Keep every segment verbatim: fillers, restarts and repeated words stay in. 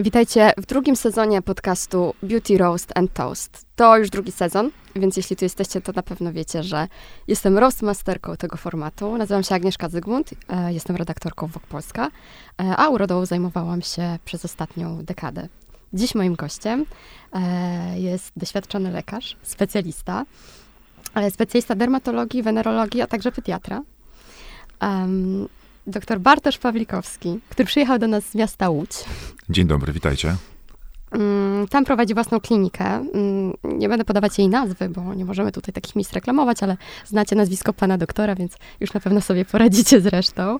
Witajcie w drugim sezonie podcastu Beauty Roast and Toast. To już drugi sezon, więc jeśli tu jesteście, to na pewno wiecie, że jestem roastmasterką tego formatu. Nazywam się Agnieszka Zygmunt, e, jestem redaktorką Vogue Polska, e, a urodą zajmowałam się przez ostatnią dekadę. Dziś moim gościem e, jest doświadczony lekarz, specjalista, e, specjalista dermatologii, wenerologii, a także pediatra. Um, Doktor Bartosz Pawlikowski, który przyjechał do nas z miasta Łódź. Dzień dobry, witajcie. Tam prowadzi własną klinikę. Nie będę podawać jej nazwy, bo nie możemy tutaj takich miejsc reklamować, ale znacie nazwisko pana doktora, więc już na pewno sobie poradzicie z resztą.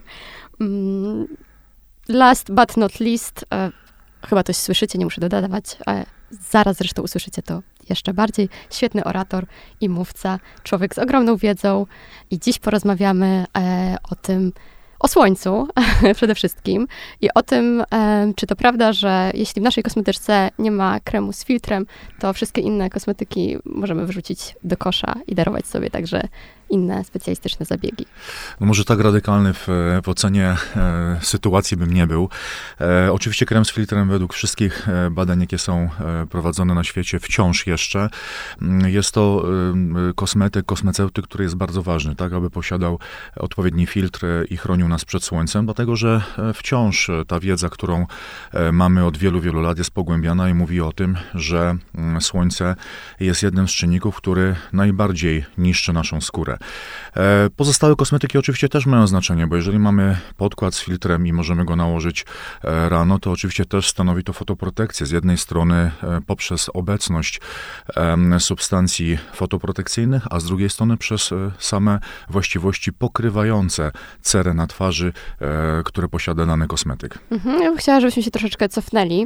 Last but not least, chyba coś słyszycie, nie muszę dodawać, zaraz zresztą usłyszycie to jeszcze bardziej. Świetny orator i mówca, człowiek z ogromną wiedzą i dziś porozmawiamy o tym, o słońcu przede wszystkim i o tym, e, czy to prawda, że jeśli w naszej kosmetyczce nie ma kremu z filtrem, to wszystkie inne kosmetyki możemy wyrzucić do kosza i darować sobie także inne specjalistyczne zabiegi. No może tak radykalny w, w ocenie e, sytuacji bym nie był. E, oczywiście krem z filtrem według wszystkich e, badań, jakie są e, prowadzone na świecie, wciąż jeszcze jest to e, kosmetyk, kosmeceutyk, który jest bardzo ważny, tak, aby posiadał odpowiedni filtr i chronił nas przed słońcem, dlatego że e, wciąż ta wiedza, którą e, mamy od wielu, wielu lat, jest pogłębiana i mówi o tym, że m, słońce jest jednym z czynników, który najbardziej niszczy naszą skórę. Pozostałe kosmetyki oczywiście też mają znaczenie, bo jeżeli mamy podkład z filtrem i możemy go nałożyć rano, to oczywiście też stanowi to fotoprotekcję. Z jednej strony poprzez obecność substancji fotoprotekcyjnych, a z drugiej strony przez same właściwości pokrywające cerę na twarzy, które posiada dany kosmetyk. Mhm, ja bym chciała, żebyśmy się troszeczkę cofnęli.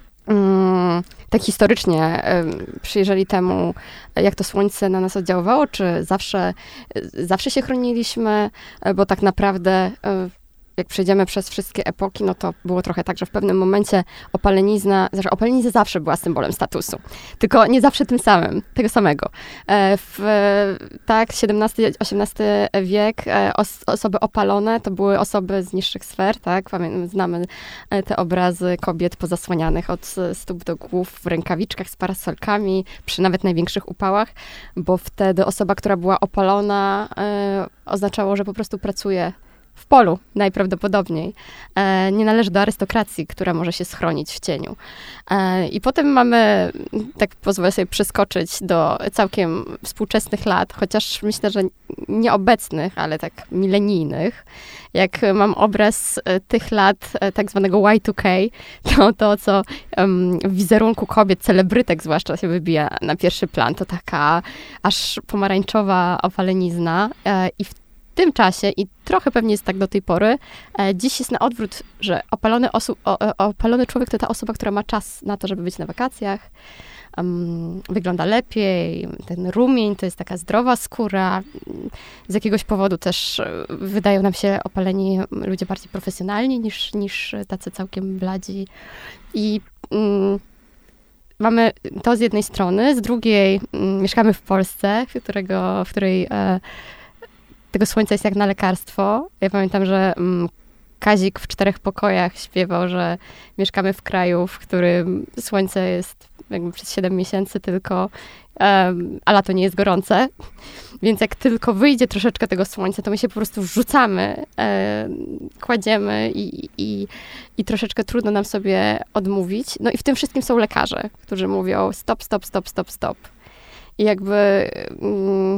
Hmm, tak historycznie y, przyjrzeli temu, jak to słońce na nas oddziaływało, czy zawsze, y, zawsze się chroniliśmy, y, bo tak naprawdę y, jak przejdziemy przez wszystkie epoki, no to było trochę tak, że w pewnym momencie opalenizna, zresztą opalenizna zawsze była symbolem statusu, tylko nie zawsze tym samym, tego samego. W, tak, siedemnasty, osiemnasty wiek os, osoby opalone to były osoby z niższych sfer, tak, znamy te obrazy kobiet pozasłanianych od stóp do głów w rękawiczkach z parasolkami, przy nawet największych upałach, bo wtedy osoba, która była opalona, oznaczało, że po prostu pracuje w polu najprawdopodobniej. E, nie należy do arystokracji, która może się schronić w cieniu. E, I potem mamy, tak pozwolę sobie przeskoczyć do całkiem współczesnych lat, chociaż myślę, że nieobecnych, ale tak milenijnych. Jak mam obraz tych lat tak zwanego Y dwa K, to to, co um, w wizerunku kobiet, celebrytek zwłaszcza się wybija na pierwszy plan, to taka aż pomarańczowa opalenizna. E, I w W tym czasie, i trochę pewnie jest tak do tej pory, e, dziś jest na odwrót, że opalony, osu, o, opalony człowiek to ta osoba, która ma czas na to, żeby być na wakacjach, um, wygląda lepiej, ten rumień to jest taka zdrowa skóra. Z jakiegoś powodu też wydają nam się opaleni ludzie bardziej profesjonalni niż, niż tacy całkiem bladzi. I mm, mamy to z jednej strony, z drugiej mm, mieszkamy w Polsce, w, którego, w której e, tego słońca jest jak na lekarstwo. Ja pamiętam, że mm, Kazik w Czterech Pokojach śpiewał, że mieszkamy w kraju, w którym słońce jest jakby przez siedem miesięcy tylko, um, a lato nie jest gorące. Więc jak tylko wyjdzie troszeczkę tego słońca, to my się po prostu rzucamy, e, kładziemy i, i, i troszeczkę trudno nam sobie odmówić. No i w tym wszystkim są lekarze, którzy mówią stop, stop, stop, stop, stop. I jakby... Mm,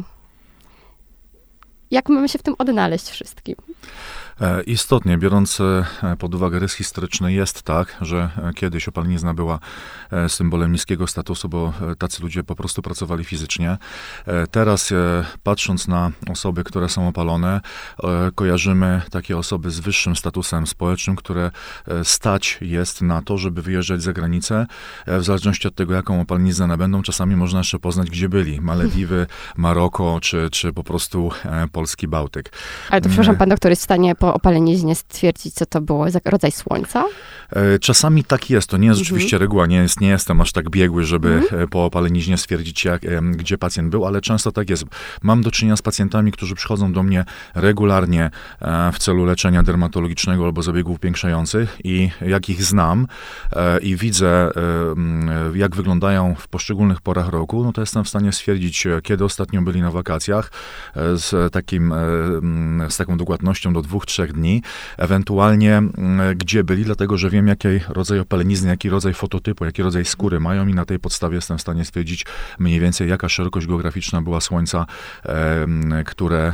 Jak mamy się w tym odnaleźć wszystkim? Istotnie, biorąc pod uwagę rys historyczny, jest tak, że kiedyś opalenizna była symbolem niskiego statusu, bo tacy ludzie po prostu pracowali fizycznie. Teraz, patrząc na osoby, które są opalone, kojarzymy takie osoby z wyższym statusem społecznym, które stać jest na to, żeby wyjeżdżać za granicę. W zależności od tego, jaką opaleniznę nabędą, czasami można jeszcze poznać, gdzie byli. Malediwy, Maroko, czy, czy po prostu polski Bałtyk. Ale to przepraszam, pan doktor jest w stanie po opaleniznie stwierdzić, co to było za rodzaj słońca? Czasami tak jest. To nie jest rzeczywiście mhm. reguła. Nie, jest, nie jestem aż tak biegły, żeby mhm. po opaleniznie stwierdzić, jak, gdzie pacjent był, ale często tak jest. Mam do czynienia z pacjentami, którzy przychodzą do mnie regularnie w celu leczenia dermatologicznego albo zabiegów upiększających i jak ich znam i widzę, jak wyglądają w poszczególnych porach roku, no to jestem w stanie stwierdzić, kiedy ostatnio byli na wakacjach z, takim, z taką dokładnością do dwóch, trzech dni, ewentualnie gdzie byli, dlatego że wiem, jaki rodzaj opalenizny, jaki rodzaj fototypu, jaki rodzaj skóry mają i na tej podstawie jestem w stanie stwierdzić mniej więcej, jaka szerokość geograficzna była słońca, które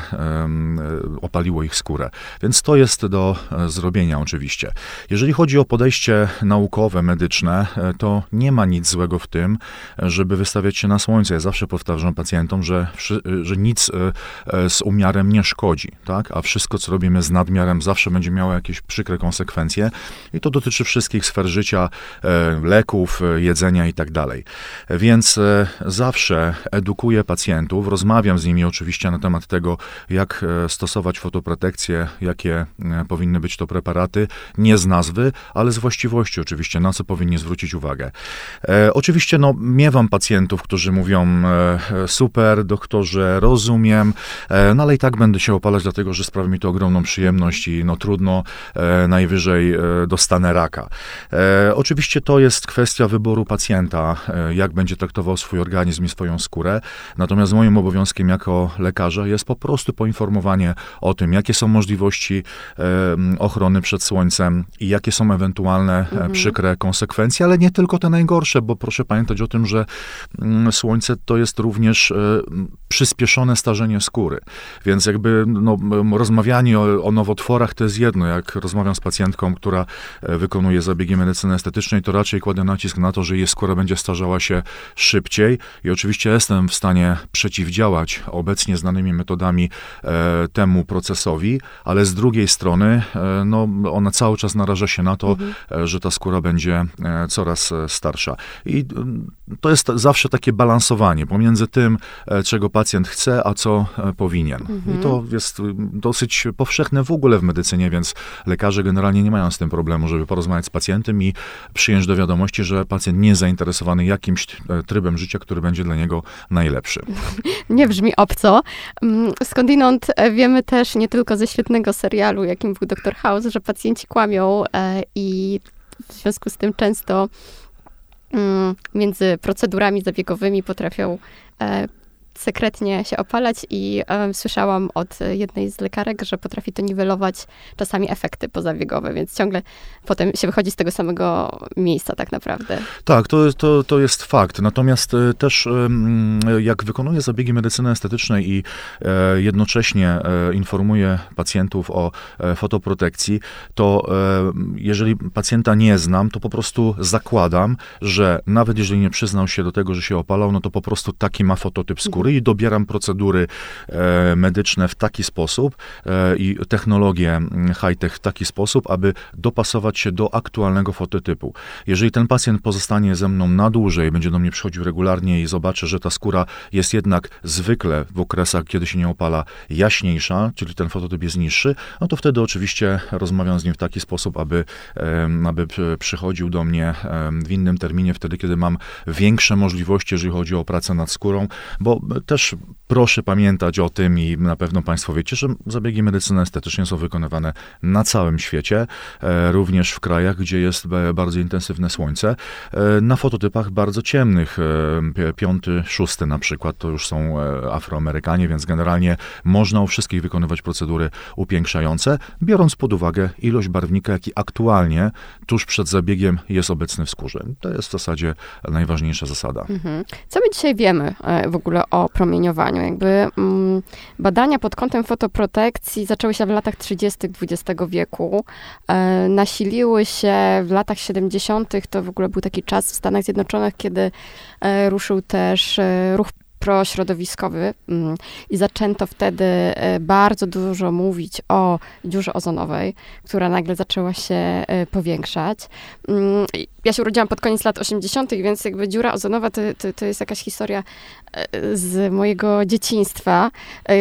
opaliło ich skórę. Więc to jest do zrobienia oczywiście. Jeżeli chodzi o podejście naukowe, medyczne, to nie ma nic złego w tym, żeby wystawiać się na słońce. Ja zawsze powtarzam pacjentom, że, że nic z umiarem nie szkodzi, tak? A wszystko, co robimy z nadmiarem, zawsze będzie miało jakieś przykre konsekwencje i to dotyczy wszystkich sfer życia, leków, jedzenia i tak dalej. Więc zawsze edukuję pacjentów, rozmawiam z nimi oczywiście na temat tego, jak stosować fotoprotekcję, jakie powinny być to preparaty, nie z nazwy, ale z właściwości oczywiście, na co powinni zwrócić uwagę. E, oczywiście, no, miewam pacjentów, którzy mówią, e, super, doktorze, rozumiem, e, no ale i tak będę się opalać, dlatego, że sprawi mi to ogromną przyjemność i no trudno, e, najwyżej e, dostanę raka. E, oczywiście to jest kwestia wyboru pacjenta, e, jak będzie traktował swój organizm i swoją skórę, natomiast moim obowiązkiem jako lekarza jest po prostu poinformowanie o tym, jakie są możliwości e, ochrony przed słońcem i jakie są ewentualne mhm. przykre konsekwencje, ale nie tylko te najgorsze, bo proszę pamiętać o tym, że słońce to jest również e, przyspieszone starzenie skóry. Więc jakby no, rozmawianie o, o nowotworach to jest jedno. Jak rozmawiam z pacjentką, która wykonuje zabiegi medycyny estetycznej, to raczej kładę nacisk na to, że jej skóra będzie starzała się szybciej i oczywiście jestem w stanie przeciwdziałać obecnie znanymi metodami e, temu procesowi, ale z drugiej strony e, no, ona cały czas naraża się na to, mhm. e, że ta skóra będzie e, coraz starsza. I e, to jest zawsze takie balansowanie pomiędzy tym, e, czego pacjent chce, a co e, powinien. Mhm. I to jest dosyć powszechne w ogóle w medycynie, więc lekarze generalnie nie mają z tym problemu, żeby porozmawiać z pacjentem i przyjąć do wiadomości, że pacjent nie jest zainteresowany jakimś e, trybem życia, który będzie dla niego najlepszy. Nie brzmi obco. Skądinąd wiemy też nie tylko ze świetnego serialu, jakim był doktor House, że pacjenci kłamią e, i w związku z tym często mm, między procedurami zabiegowymi potrafią e, sekretnie się opalać i e, słyszałam od jednej z lekarek, że potrafi to niwelować czasami efekty pozabiegowe, więc ciągle potem się wychodzi z tego samego miejsca tak naprawdę. Tak, to, to, to jest fakt. Natomiast e, też e, jak wykonuję zabiegi medycyny estetycznej i e, jednocześnie e, informuję pacjentów o e, fotoprotekcji, to e, jeżeli pacjenta nie znam, to po prostu zakładam, że nawet jeżeli nie przyznał się do tego, że się opalał, no to po prostu taki ma fototyp skóry. I dobieram procedury e, medyczne w taki sposób e, i technologie high-tech w taki sposób, aby dopasować się do aktualnego fototypu. Jeżeli ten pacjent pozostanie ze mną na dłużej, będzie do mnie przychodził regularnie i zobaczy, że ta skóra jest jednak zwykle w okresach, kiedy się nie opala, jaśniejsza, czyli ten fototyp jest niższy, no to wtedy oczywiście rozmawiam z nim w taki sposób, aby, e, aby przychodził do mnie e, w innym terminie, wtedy, kiedy mam większe możliwości, jeżeli chodzi o pracę nad skórą, bo też proszę pamiętać o tym i na pewno Państwo wiecie, że zabiegi medycyny estetycznej są wykonywane na całym świecie, e, również w krajach, gdzie jest bardzo intensywne słońce, e, na fototypach bardzo ciemnych, e, piąty, szósty na przykład, to już są e, Afroamerykanie, więc generalnie można u wszystkich wykonywać procedury upiększające, biorąc pod uwagę ilość barwnika, jaki aktualnie tuż przed zabiegiem jest obecny w skórze. To jest w zasadzie najważniejsza zasada. Mhm. Co my dzisiaj wiemy e, w ogóle o promieniowaniu? Jakby mm, badania pod kątem fotoprotekcji zaczęły się w latach trzydziestych dwudziestego wieku. E, nasiliły się w latach siedemdziesiątych. To w ogóle był taki czas w Stanach Zjednoczonych, kiedy e, ruszył też e, ruch prośrodowiskowy i zaczęto wtedy bardzo dużo mówić o dziurze ozonowej, która nagle zaczęła się powiększać. Ja się urodziłam pod koniec lat osiemdziesiątych, więc jakby dziura ozonowa to, to, to jest jakaś historia z mojego dzieciństwa.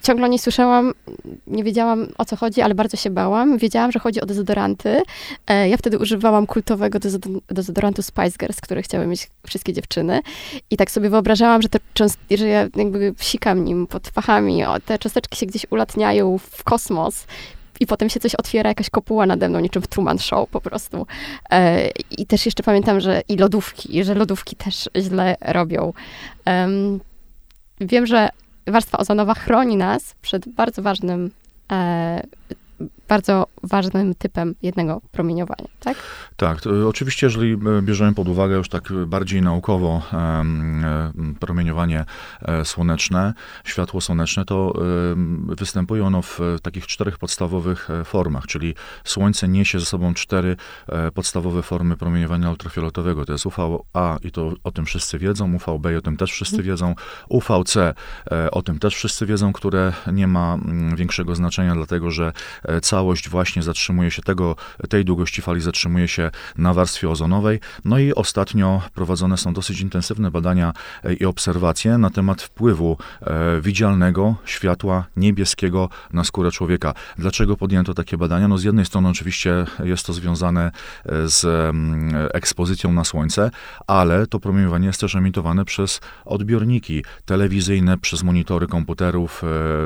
ciągle nie słyszałam, nie wiedziałam, o co chodzi, ale bardzo się bałam. Wiedziałam, że chodzi o dezodoranty. E, ja wtedy używałam kultowego dezod- dezodorantu Spice Girls, który chciały mieć wszystkie dziewczyny. I tak sobie wyobrażałam, że, te cząst- że ja jakby psikam nim pod pachami, o, te cząsteczki się gdzieś ulatniają w kosmos. I potem się coś otwiera, jakaś kopuła nade mną, niczym w Truman Show po prostu. E, I też jeszcze pamiętam, że i lodówki, że lodówki też źle robią. Um, wiem, że warstwa ozonowa chroni nas przed bardzo ważnym, e, bardzo ważnym typem jednego promieniowania, tak? Tak, to oczywiście, jeżeli bierzemy pod uwagę już tak bardziej naukowo e, promieniowanie słoneczne, światło słoneczne, to e, występuje ono w takich czterech podstawowych formach, czyli Słońce niesie ze sobą cztery e, podstawowe formy promieniowania ultrafioletowego. To jest U V A i to o tym wszyscy wiedzą, U V B i o tym też wszyscy hmm. wiedzą, U V C e, o tym też wszyscy wiedzą, które nie ma m, większego znaczenia, dlatego że e, całość właśnie zatrzymuje się tego, tej długości fali zatrzymuje się na warstwie ozonowej. No i ostatnio prowadzone są dosyć intensywne badania i obserwacje na temat wpływu e, widzialnego światła niebieskiego na skórę człowieka. Dlaczego podjęto takie badania? No z jednej strony oczywiście jest to związane z mm, ekspozycją na słońce, ale to promieniowanie jest też emitowane przez odbiorniki telewizyjne, przez monitory komputerów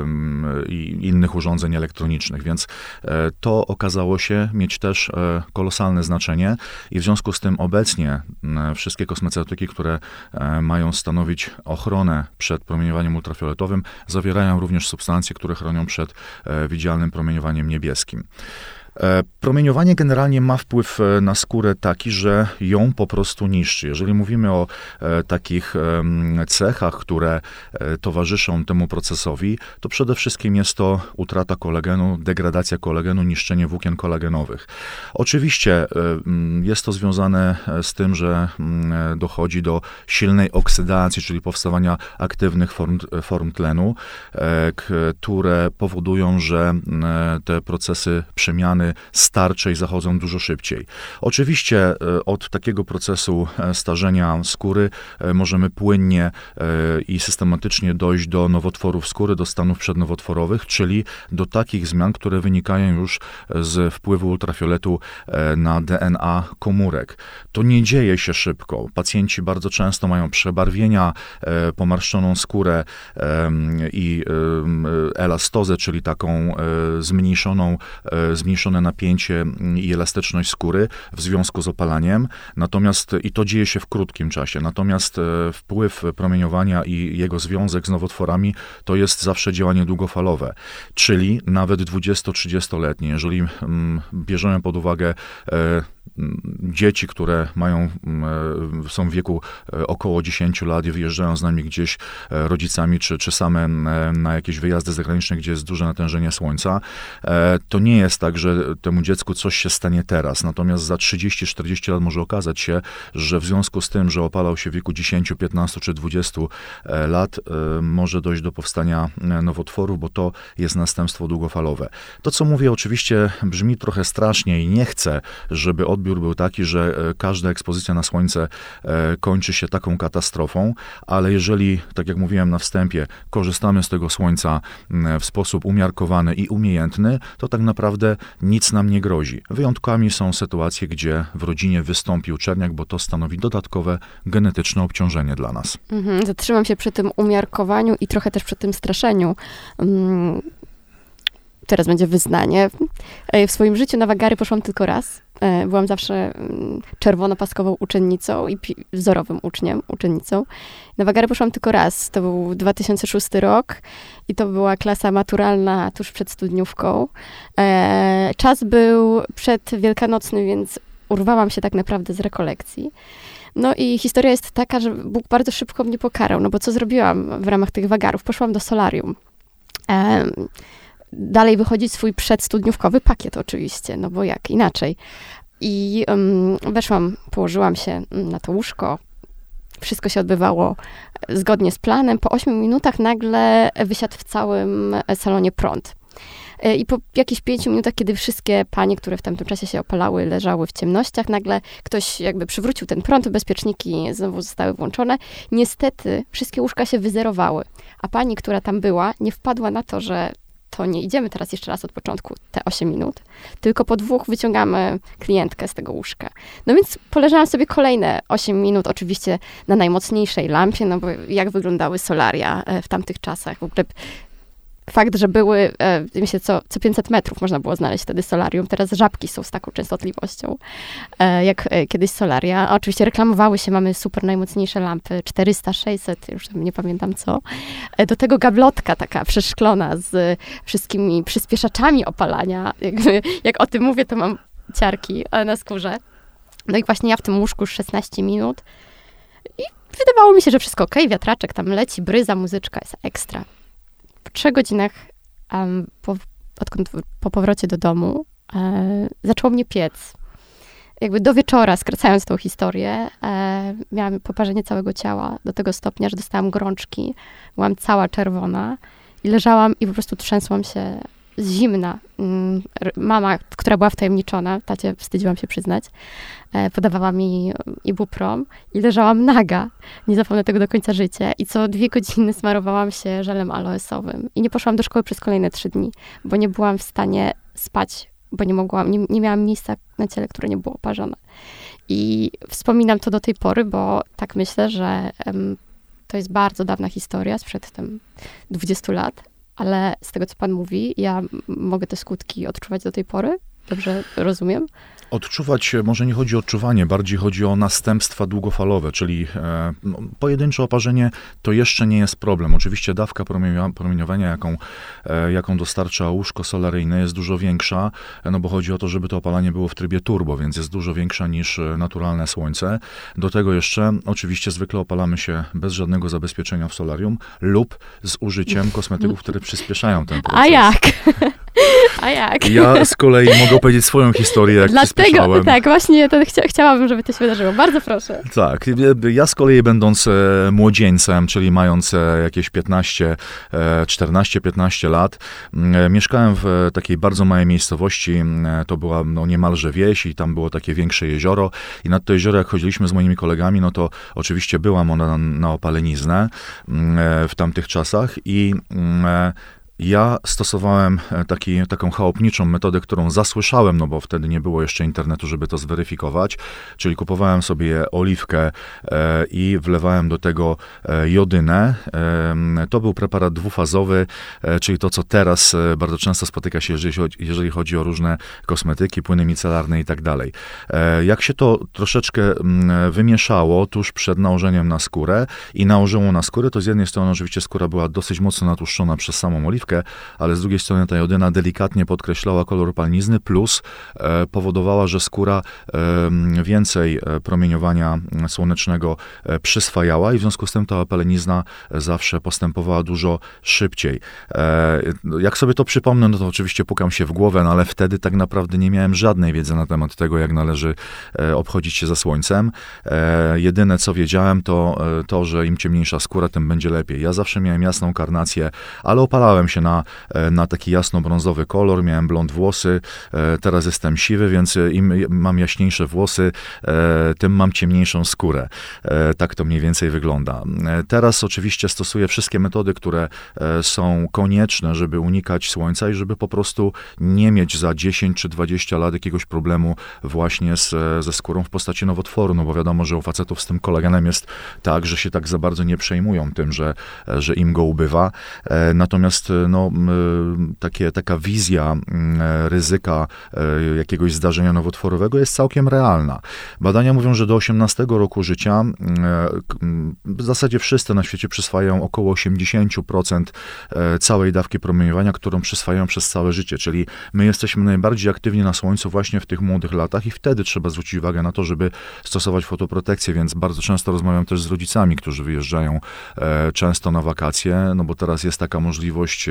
e, i innych urządzeń elektronicznych, więc e, to okazało się mieć też e, kolosalne znaczenie i w związku z tym obecnie e, wszystkie kosmeceutyki, które e, mają stanowić ochronę przed promieniowaniem ultrafioletowym, zawierają również substancje, które chronią przed e, widzialnym promieniowaniem niebieskim. Promieniowanie generalnie ma wpływ na skórę taki, że ją po prostu niszczy. Jeżeli mówimy o e, takich e, cechach, które e, towarzyszą temu procesowi, to przede wszystkim jest to utrata kolagenu, degradacja kolagenu, niszczenie włókien kolagenowych. Oczywiście e, jest to związane z tym, że m, dochodzi do silnej oksydacji, czyli powstawania aktywnych form, form tlenu, e, które powodują, że e, te procesy przemiany starczej zachodzą dużo szybciej. Oczywiście od takiego procesu starzenia skóry możemy płynnie i systematycznie dojść do nowotworów skóry, do stanów przednowotworowych, czyli do takich zmian, które wynikają już z wpływu ultrafioletu na D N A komórek. To nie dzieje się szybko. Pacjenci bardzo często mają przebarwienia, pomarszczoną skórę i elastozę, czyli taką zmniejszoną, zmniejszone napięcie i elastyczność skóry w związku z opalaniem, natomiast i to dzieje się w krótkim czasie, natomiast wpływ promieniowania i jego związek z nowotworami to jest zawsze działanie długofalowe, czyli nawet dwudziesto-trzydziestoletnie. Jeżeli mm, bierzemy pod uwagę e, dzieci, które mają, są w wieku około dziesięć lat i wyjeżdżają z nami gdzieś rodzicami, czy, czy same na jakieś wyjazdy zagraniczne, gdzie jest duże natężenie słońca, to nie jest tak, że temu dziecku coś się stanie teraz. Natomiast za trzydzieści czterdzieści lat może okazać się, że w związku z tym, że opalał się w wieku dziesięć, piętnaście czy dwadzieścia lat, może dojść do powstania nowotworów, bo to jest następstwo długofalowe. To, co mówię, oczywiście brzmi trochę strasznie i nie chcę, żeby odbiór był taki, że każda ekspozycja na słońce kończy się taką katastrofą, ale jeżeli, tak jak mówiłem na wstępie, korzystamy z tego słońca w sposób umiarkowany i umiejętny, to tak naprawdę nic nam nie grozi. Wyjątkami są sytuacje, gdzie w rodzinie wystąpił czerniak, bo to stanowi dodatkowe genetyczne obciążenie dla nas. Mhm, zatrzymam się przy tym umiarkowaniu i trochę też przy tym straszeniu. Um, teraz będzie wyznanie. W swoim życiu na wagary poszłam tylko raz. Byłam zawsze czerwonopaskową uczennicą i wzorowym uczniem, uczennicą. Na wagary poszłam tylko raz. To był dwa tysiące szósty rok i to była klasa maturalna tuż przed studniówką. Czas był przedwielkanocny, więc urwałam się tak naprawdę z rekolekcji. No i historia jest taka, że Bóg bardzo szybko mnie pokarał, no bo co zrobiłam w ramach tych wagarów? Poszłam do solarium. Dalej wychodzić swój przedstudniówkowy pakiet oczywiście, no bo jak inaczej. I um, weszłam, położyłam się na to łóżko. Wszystko się odbywało zgodnie z planem. Po ośmiu minutach nagle wysiadł w całym salonie prąd. I po jakichś pięciu minutach, kiedy wszystkie panie, które w tamtym czasie się opalały, leżały w ciemnościach, nagle ktoś jakby przywrócił ten prąd, bezpieczniki znowu zostały włączone. Niestety wszystkie łóżka się wyzerowały, a pani, która tam była, nie wpadła na to, że to nie idziemy teraz jeszcze raz od początku, te osiem minut, tylko po dwóch wyciągamy klientkę z tego łóżka. No więc poleżałam sobie kolejne osiem minut, oczywiście na najmocniejszej lampie, no bo jak wyglądały solaria w tamtych czasach. W ogóle fakt, że były, myślę, co, co pięćset metrów można było znaleźć wtedy solarium. Teraz żabki są z taką częstotliwością, jak kiedyś solaria. A oczywiście reklamowały się, mamy super najmocniejsze lampy, czterysta, sześćset, już nie pamiętam co. Do tego gablotka taka przeszklona z wszystkimi przyspieszaczami opalania. Jak, jak o tym mówię, to mam ciarki na skórze. No i właśnie ja w tym łóżku już szesnaście minut i wydawało mi się, że wszystko okej, wiatraczek tam leci, bryza, muzyczka jest ekstra. Po trzech godzinach, um, po, odkąd po powrocie do domu, e, zaczęło mnie piec. Jakby do wieczora, skracając tą historię, e, miałam poparzenie całego ciała do tego stopnia, że dostałam gorączki. Byłam cała czerwona i leżałam i po prostu trzęsłam się z zimna. Mama, która była wtajemniczona, tacie wstydziłam się przyznać, podawała mi ibuprom i leżałam naga. Nie zapomnę tego do końca życia. I co dwie godziny smarowałam się żelem aloesowym. I nie poszłam do szkoły przez kolejne trzy dni, bo nie byłam w stanie spać, bo nie mogłam, nie, nie miałam miejsca na ciele, które nie było oparzone. I wspominam to do tej pory, bo tak myślę, że um, to jest bardzo dawna historia, sprzed tam dwudziestu lat. Ale z tego, co pan mówi, ja mogę te skutki odczuwać do tej pory? Dobrze rozumiem? Odczuwać, może nie chodzi o odczuwanie, bardziej chodzi o następstwa długofalowe, czyli e, no, pojedyncze oparzenie to jeszcze nie jest problem. Oczywiście dawka promieniowania, jaką, e, jaką dostarcza łóżko solaryjne, jest dużo większa, no bo chodzi o to, żeby to opalanie było w trybie turbo, więc jest dużo większa niż naturalne słońce. Do tego jeszcze oczywiście zwykle opalamy się bez żadnego zabezpieczenia w solarium lub z użyciem kosmetyków, które przyspieszają ten proces. A jak? A jak? Ja z kolei mogę powiedzieć swoją historię, jak Dlatego, tak, właśnie to chcia, chciałabym, żeby to się wydarzyło. Bardzo proszę. Tak, ja z kolei będąc e, młodzieńcem, czyli mając e, jakieś piętnaście, czternaście piętnaście lat, e, mieszkałem w takiej bardzo małej miejscowości, e, to była no, niemalże wieś i tam było takie większe jezioro i nad to jezioro, jak chodziliśmy z moimi kolegami, no to oczywiście byłam ona na, na opaleniznę e, w tamtych czasach i e, ja stosowałem taki, taką chałupniczą metodę, którą zasłyszałem, no bo wtedy nie było jeszcze internetu, żeby to zweryfikować, czyli kupowałem sobie oliwkę e, i wlewałem do tego e, jodynę. E, to był preparat dwufazowy, e, czyli to, co teraz e, bardzo często spotyka się, jeżeli chodzi, jeżeli chodzi o różne kosmetyki, płyny micelarne i tak dalej. E, jak się to troszeczkę m, wymieszało tuż przed nałożeniem na skórę i nałożyło na skórę, to z jednej strony oczywiście skóra była dosyć mocno natłuszczona przez samą oliwkę, ale z drugiej strony ta jodyna delikatnie podkreślała kolor opalnizny, plus e, powodowała, że skóra e, więcej promieniowania słonecznego e, przyswajała i w związku z tym ta opalenizna zawsze postępowała dużo szybciej. E, jak sobie to przypomnę, no to oczywiście pukam się w głowę, no ale wtedy tak naprawdę nie miałem żadnej wiedzy na temat tego, jak należy e, obchodzić się za słońcem. E, jedyne, co wiedziałem, to to, że im ciemniejsza skóra, tym będzie lepiej. Ja zawsze miałem jasną karnację, ale opalałem się na, na taki jasno-brązowy kolor, miałem blond włosy, teraz jestem siwy, więc im mam jaśniejsze włosy, tym mam ciemniejszą skórę. Tak to mniej więcej wygląda. Teraz oczywiście stosuję wszystkie metody, które są konieczne, żeby unikać słońca i żeby po prostu nie mieć za dziesięć czy dwadzieścia lat jakiegoś problemu właśnie z, ze skórą w postaci nowotworu, no bo wiadomo, że u facetów z tym kolagenem jest tak, że się tak za bardzo nie przejmują tym, że, że im go ubywa. Natomiast no, takie, taka wizja ryzyka jakiegoś zdarzenia nowotworowego jest całkiem realna. Badania mówią, że do osiemnastego roku życia w zasadzie wszyscy na świecie przyswajają około osiemdziesiąt procent całej dawki promieniowania, którą przyswajają przez całe życie, czyli my jesteśmy najbardziej aktywni na słońcu właśnie w tych młodych latach i wtedy trzeba zwrócić uwagę na to, żeby stosować fotoprotekcję, więc bardzo często rozmawiam też z rodzicami, którzy wyjeżdżają często na wakacje, no bo teraz jest taka możliwość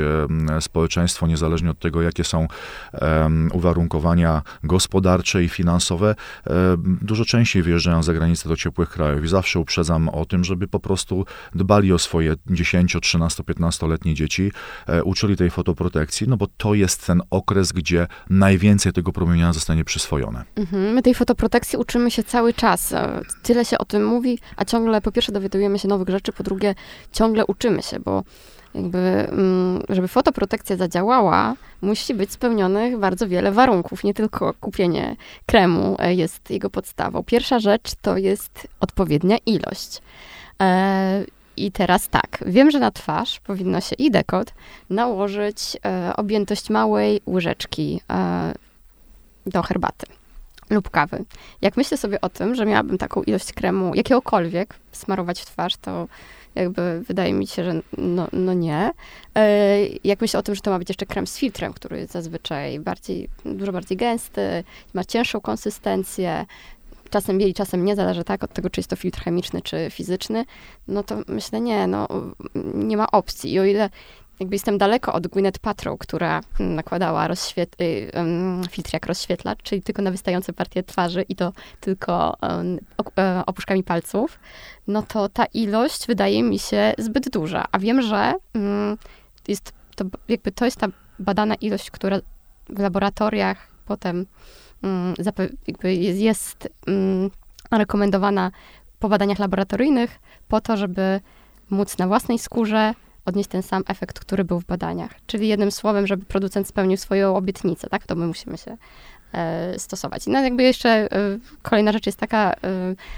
społeczeństwo, niezależnie od tego, jakie są uwarunkowania gospodarcze i finansowe, dużo częściej wyjeżdżają za granicę do ciepłych krajów i zawsze uprzedzam o tym, żeby po prostu dbali o swoje dziesięcio, trzynasto, piętnastoletnie dzieci, uczyli tej fotoprotekcji, no bo to jest ten okres, gdzie najwięcej tego promienia zostanie przyswojone. Mhm. My tej fotoprotekcji uczymy się cały czas. Tyle się o tym mówi, a ciągle po pierwsze dowiadujemy się nowych rzeczy, po drugie ciągle uczymy się, bo jakby, żeby fotoprotekcja zadziałała, musi być spełnionych bardzo wiele warunków. Nie tylko kupienie kremu jest jego podstawą. Pierwsza rzecz to jest odpowiednia ilość. I teraz tak, wiem, że na twarz powinno się i dekolt nałożyć objętość małej łyżeczki do herbaty lub kawy. Jak myślę sobie o tym, że miałabym taką ilość kremu jakiegokolwiek smarować w twarz, to jakby wydaje mi się, że no, no nie. Jak myślę o tym, że to ma być jeszcze krem z filtrem, który jest zazwyczaj bardziej, dużo bardziej gęsty, ma cięższą konsystencję, czasem bieli, czasem nie, zależy tak od tego, czy jest to filtr chemiczny, czy fizyczny, no to myślę, nie, no nie ma opcji. I o ile jakby jestem daleko od Gwyneth Paltrow, która nakładała rozświet- um, filtr jak rozświetlacz, czyli tylko na wystające partie twarzy i to tylko um, opuszkami palców, no to ta ilość wydaje mi się zbyt duża. A wiem, że um, jest to, jakby to jest ta badana ilość, która w laboratoriach potem um, zape- jakby jest, jest um, rekomendowana po badaniach laboratoryjnych po to, żeby móc na własnej skórze odnieść ten sam efekt, który był w badaniach. Czyli jednym słowem, żeby producent spełnił swoją obietnicę, tak? To my musimy się e, stosować. No jakby jeszcze e, kolejna rzecz jest taka, e,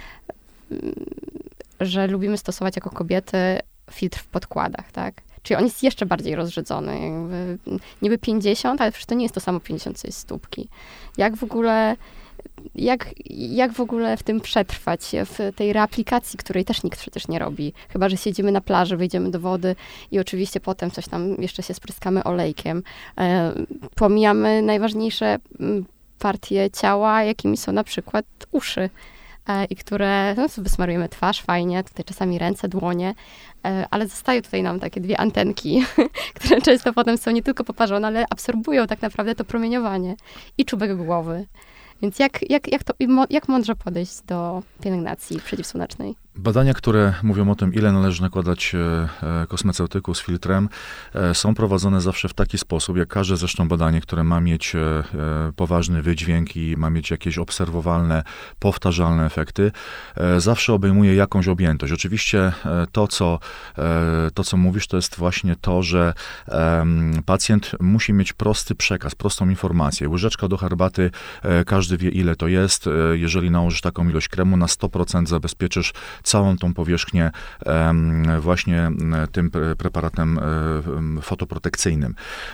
że lubimy stosować jako kobiety filtr w podkładach, tak? Czyli on jest jeszcze bardziej rozrzedzony. Jakby, niby pięćdziesiąt, ale przecież to nie jest to samo pięćdziesiąt, co jest stópki. Jak w ogóle Jak, jak w ogóle w tym przetrwać, w tej reaplikacji, której też nikt przecież nie robi. Chyba że siedzimy na plaży, wyjdziemy do wody i oczywiście potem coś tam jeszcze się spryskamy olejkiem. E, pomijamy najważniejsze partie ciała, jakimi są na przykład uszy. E, I które, no sobie smarujemy twarz, fajnie, tutaj czasami ręce, dłonie, e, ale zostają tutaj nam takie dwie antenki, które często potem są nie tylko poparzone, ale absorbują tak naprawdę to promieniowanie. I czubek głowy. Więc jak, jak, jak, to, jak mądrze podejść do pielęgnacji przeciwsłonecznej? Badania, które mówią o tym, ile należy nakładać e, kosmeceutyku z filtrem, e, są prowadzone zawsze w taki sposób, jak każde zresztą badanie, które ma mieć e, poważny wydźwięk i ma mieć jakieś obserwowalne, powtarzalne efekty, e, zawsze obejmuje jakąś objętość. Oczywiście e, to, co, e, to, co mówisz, to jest właśnie to, że e, pacjent musi mieć prosty przekaz, prostą informację. Łyżeczka do herbaty, e, każdy wie, ile to jest. E, jeżeli nałożysz taką ilość kremu, na sto procent zabezpieczysz całą tą powierzchnię właśnie tym preparatem fotoprotekcyjnym.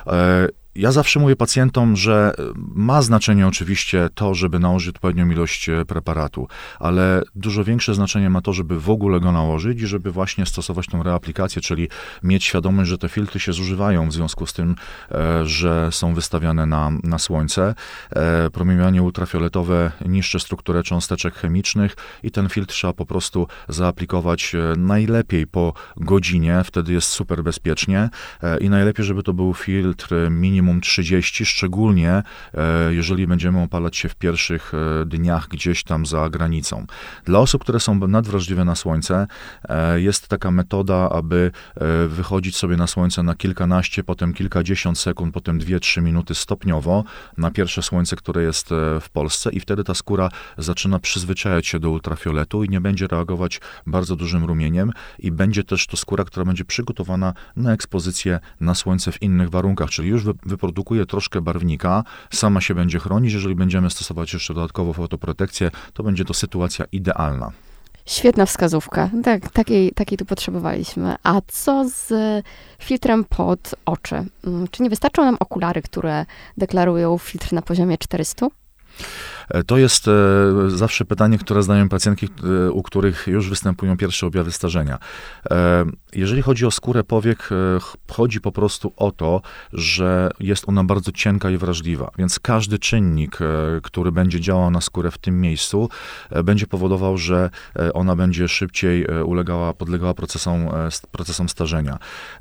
Ja zawsze mówię pacjentom, że ma znaczenie oczywiście to, żeby nałożyć odpowiednią ilość preparatu, ale dużo większe znaczenie ma to, żeby w ogóle go nałożyć i żeby właśnie stosować tą reaplikację, czyli mieć świadomość, że te filtry się zużywają w związku z tym, że są wystawiane na, na słońce. Promieniowanie ultrafioletowe niszczy strukturę cząsteczek chemicznych i ten filtr trzeba po prostu zaaplikować najlepiej po godzinie, wtedy jest super bezpiecznie i najlepiej, żeby to był filtr minimum trzydzieści, szczególnie jeżeli będziemy opalać się w pierwszych dniach gdzieś tam za granicą. Dla osób, które są nadwrażliwe na słońce, jest taka metoda, aby wychodzić sobie na słońce na kilkanaście, potem kilkadziesiąt sekund, potem dwie trzy minuty stopniowo na pierwsze słońce, które jest w Polsce i wtedy ta skóra zaczyna przyzwyczajać się do ultrafioletu i nie będzie reagować bardzo dużym rumieniem i będzie też to skóra, która będzie przygotowana na ekspozycję na słońce w innych warunkach, czyli już wy wyprodukuje troszkę barwnika, sama się będzie chronić. Jeżeli będziemy stosować jeszcze dodatkowo fotoprotekcję, to będzie to sytuacja idealna. Świetna wskazówka. Tak, takiej, takiej tu potrzebowaliśmy. A co z filtrem pod oczy? Czy nie wystarczą nam okulary, które deklarują filtr na poziomie czterysta? To jest zawsze pytanie, które zadają pacjentki, u których już występują pierwsze objawy starzenia. Jeżeli chodzi o skórę powiek, chodzi po prostu o to, że jest ona bardzo cienka i wrażliwa, więc każdy czynnik, który będzie działał na skórę w tym miejscu, będzie powodował, że ona będzie szybciej ulegała, podlegała procesom, procesom starzenia.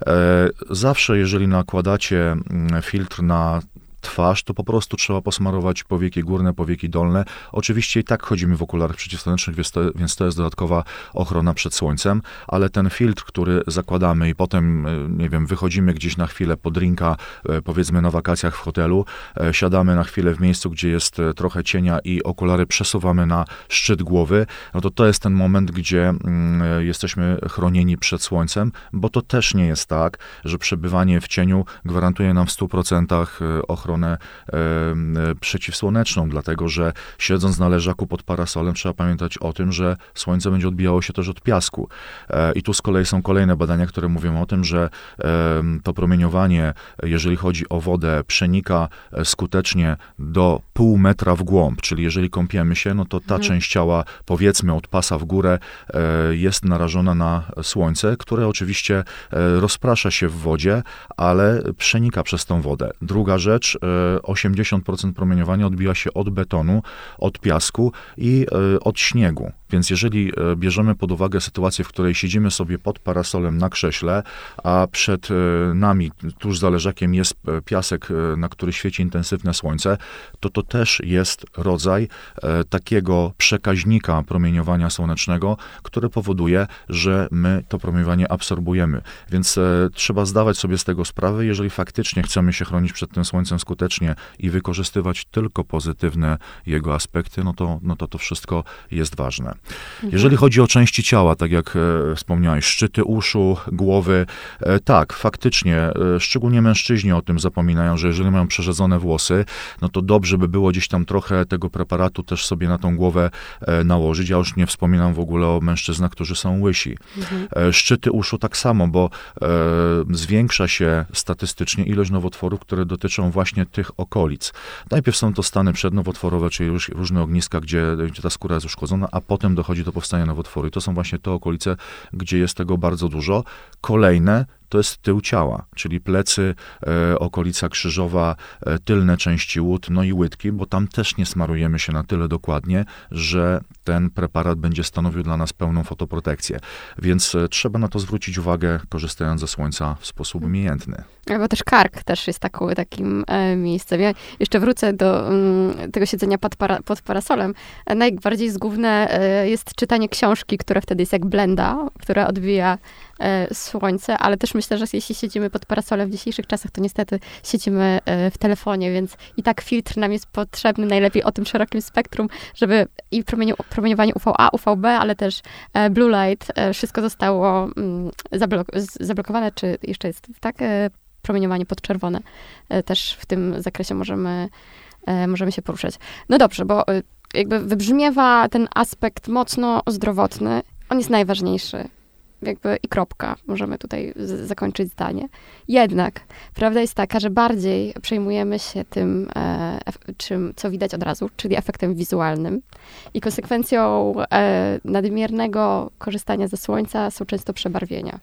Zawsze, jeżeli nakładacie filtr na twarz, to po prostu trzeba posmarować powieki górne, powieki dolne. Oczywiście i tak chodzimy w okularach przeciwsłonecznych, więc to, więc to jest dodatkowa ochrona przed słońcem, ale ten filtr, który zakładamy i potem, nie wiem, wychodzimy gdzieś na chwilę po drinka, powiedzmy na wakacjach w hotelu, siadamy na chwilę w miejscu, gdzie jest trochę cienia i okulary przesuwamy na szczyt głowy, no to to jest ten moment, gdzie mm, jesteśmy chronieni przed słońcem, bo to też nie jest tak, że przebywanie w cieniu gwarantuje nam w stu procentach ochronę ochronę e, przeciwsłoneczną, dlatego że siedząc na leżaku pod parasolem trzeba pamiętać o tym, że słońce będzie odbijało się też od piasku. E, I tu z kolei są kolejne badania, które mówią o tym, że e, to promieniowanie, jeżeli chodzi o wodę, przenika skutecznie do pół metra w głąb, czyli jeżeli kąpiemy się, no to ta mhm. część ciała, powiedzmy od pasa w górę, e, jest narażona na słońce, które oczywiście e, rozprasza się w wodzie, ale przenika przez tą wodę. Druga rzecz, osiemdziesiąt procent promieniowania odbija się od betonu, od piasku i od śniegu. Więc jeżeli bierzemy pod uwagę sytuację, w której siedzimy sobie pod parasolem na krześle, a przed nami, tuż za leżakiem jest piasek, na który świeci intensywne słońce, to to też jest rodzaj takiego przekaźnika promieniowania słonecznego, które powoduje, że my to promieniowanie absorbujemy. Więc trzeba zdawać sobie z tego sprawę, jeżeli faktycznie chcemy się chronić przed tym słońcem skutecznie i wykorzystywać tylko pozytywne jego aspekty, no to no to, to wszystko jest ważne. Jeżeli chodzi o części ciała, tak jak e, wspomniałeś, szczyty uszu, głowy, e, tak, faktycznie, e, szczególnie mężczyźni o tym zapominają, że jeżeli mają przerzedzone włosy, no to dobrze by było gdzieś tam trochę tego preparatu też sobie na tą głowę e, nałożyć. Ja już nie wspominam w ogóle o mężczyznach, którzy są łysi. Mhm. E, szczyty uszu tak samo, bo e, zwiększa się statystycznie ilość nowotworów, które dotyczą właśnie tych okolic. Najpierw są to stany przednowotworowe, czyli już różne ogniska, gdzie, gdzie ta skóra jest uszkodzona, a potem dochodzi do powstania nowotworu. I to są właśnie te okolice, gdzie jest tego bardzo dużo. Kolejne to jest tył ciała, czyli plecy, e, okolica krzyżowa, e, tylne części łód, no i łydki, bo tam też nie smarujemy się na tyle dokładnie, że ten preparat będzie stanowił dla nas pełną fotoprotekcję. Więc e, trzeba na to zwrócić uwagę, korzystając ze słońca w sposób umiejętny. Albo też kark też jest taką, takim e, miejscem. Ja jeszcze wrócę do mm, tego siedzenia pod, para, pod parasolem. E, najbardziej zgubne e, jest czytanie książki, która wtedy jest jak blenda, która odbija e, słońce, ale też myślę, że jeśli siedzimy pod parasolem w dzisiejszych czasach, to niestety siedzimy e, w telefonie, więc i tak filtr nam jest potrzebny najlepiej o tym szerokim spektrum, żeby i promieniu, promieniowanie U V A, U V B, ale też e, blue light, e, wszystko zostało mm, zablok- zablokowane, czy jeszcze jest tak e, promieniowanie podczerwone. Też w tym zakresie możemy, możemy się poruszać. No dobrze, bo jakby wybrzmiewa ten aspekt mocno zdrowotny. On jest najważniejszy. Jakby i kropka. Możemy tutaj z- zakończyć zdanie. Jednak prawda jest taka, że bardziej przejmujemy się tym, e, czym, co widać od razu, czyli efektem wizualnym. I konsekwencją e, nadmiernego korzystania ze słońca są często przebarwienia.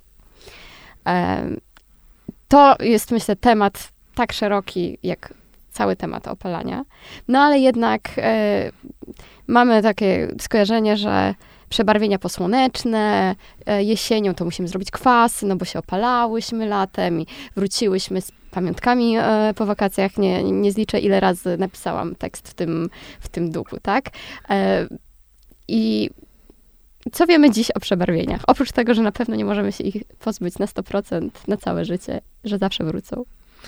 E, To jest, myślę, temat tak szeroki, jak cały temat opalania. No ale jednak e, mamy takie skojarzenie, że przebarwienia posłoneczne, e, jesienią to musimy zrobić kwasy, no bo się opalałyśmy latem i wróciłyśmy z pamiątkami e, po wakacjach. Nie, nie zliczę, ile razy napisałam tekst w tym, w tym duchu, tak? E, I co wiemy dziś o przebarwieniach? Oprócz tego, że na pewno nie możemy się ich pozbyć na sto procent na całe życie, że zawsze wrócą.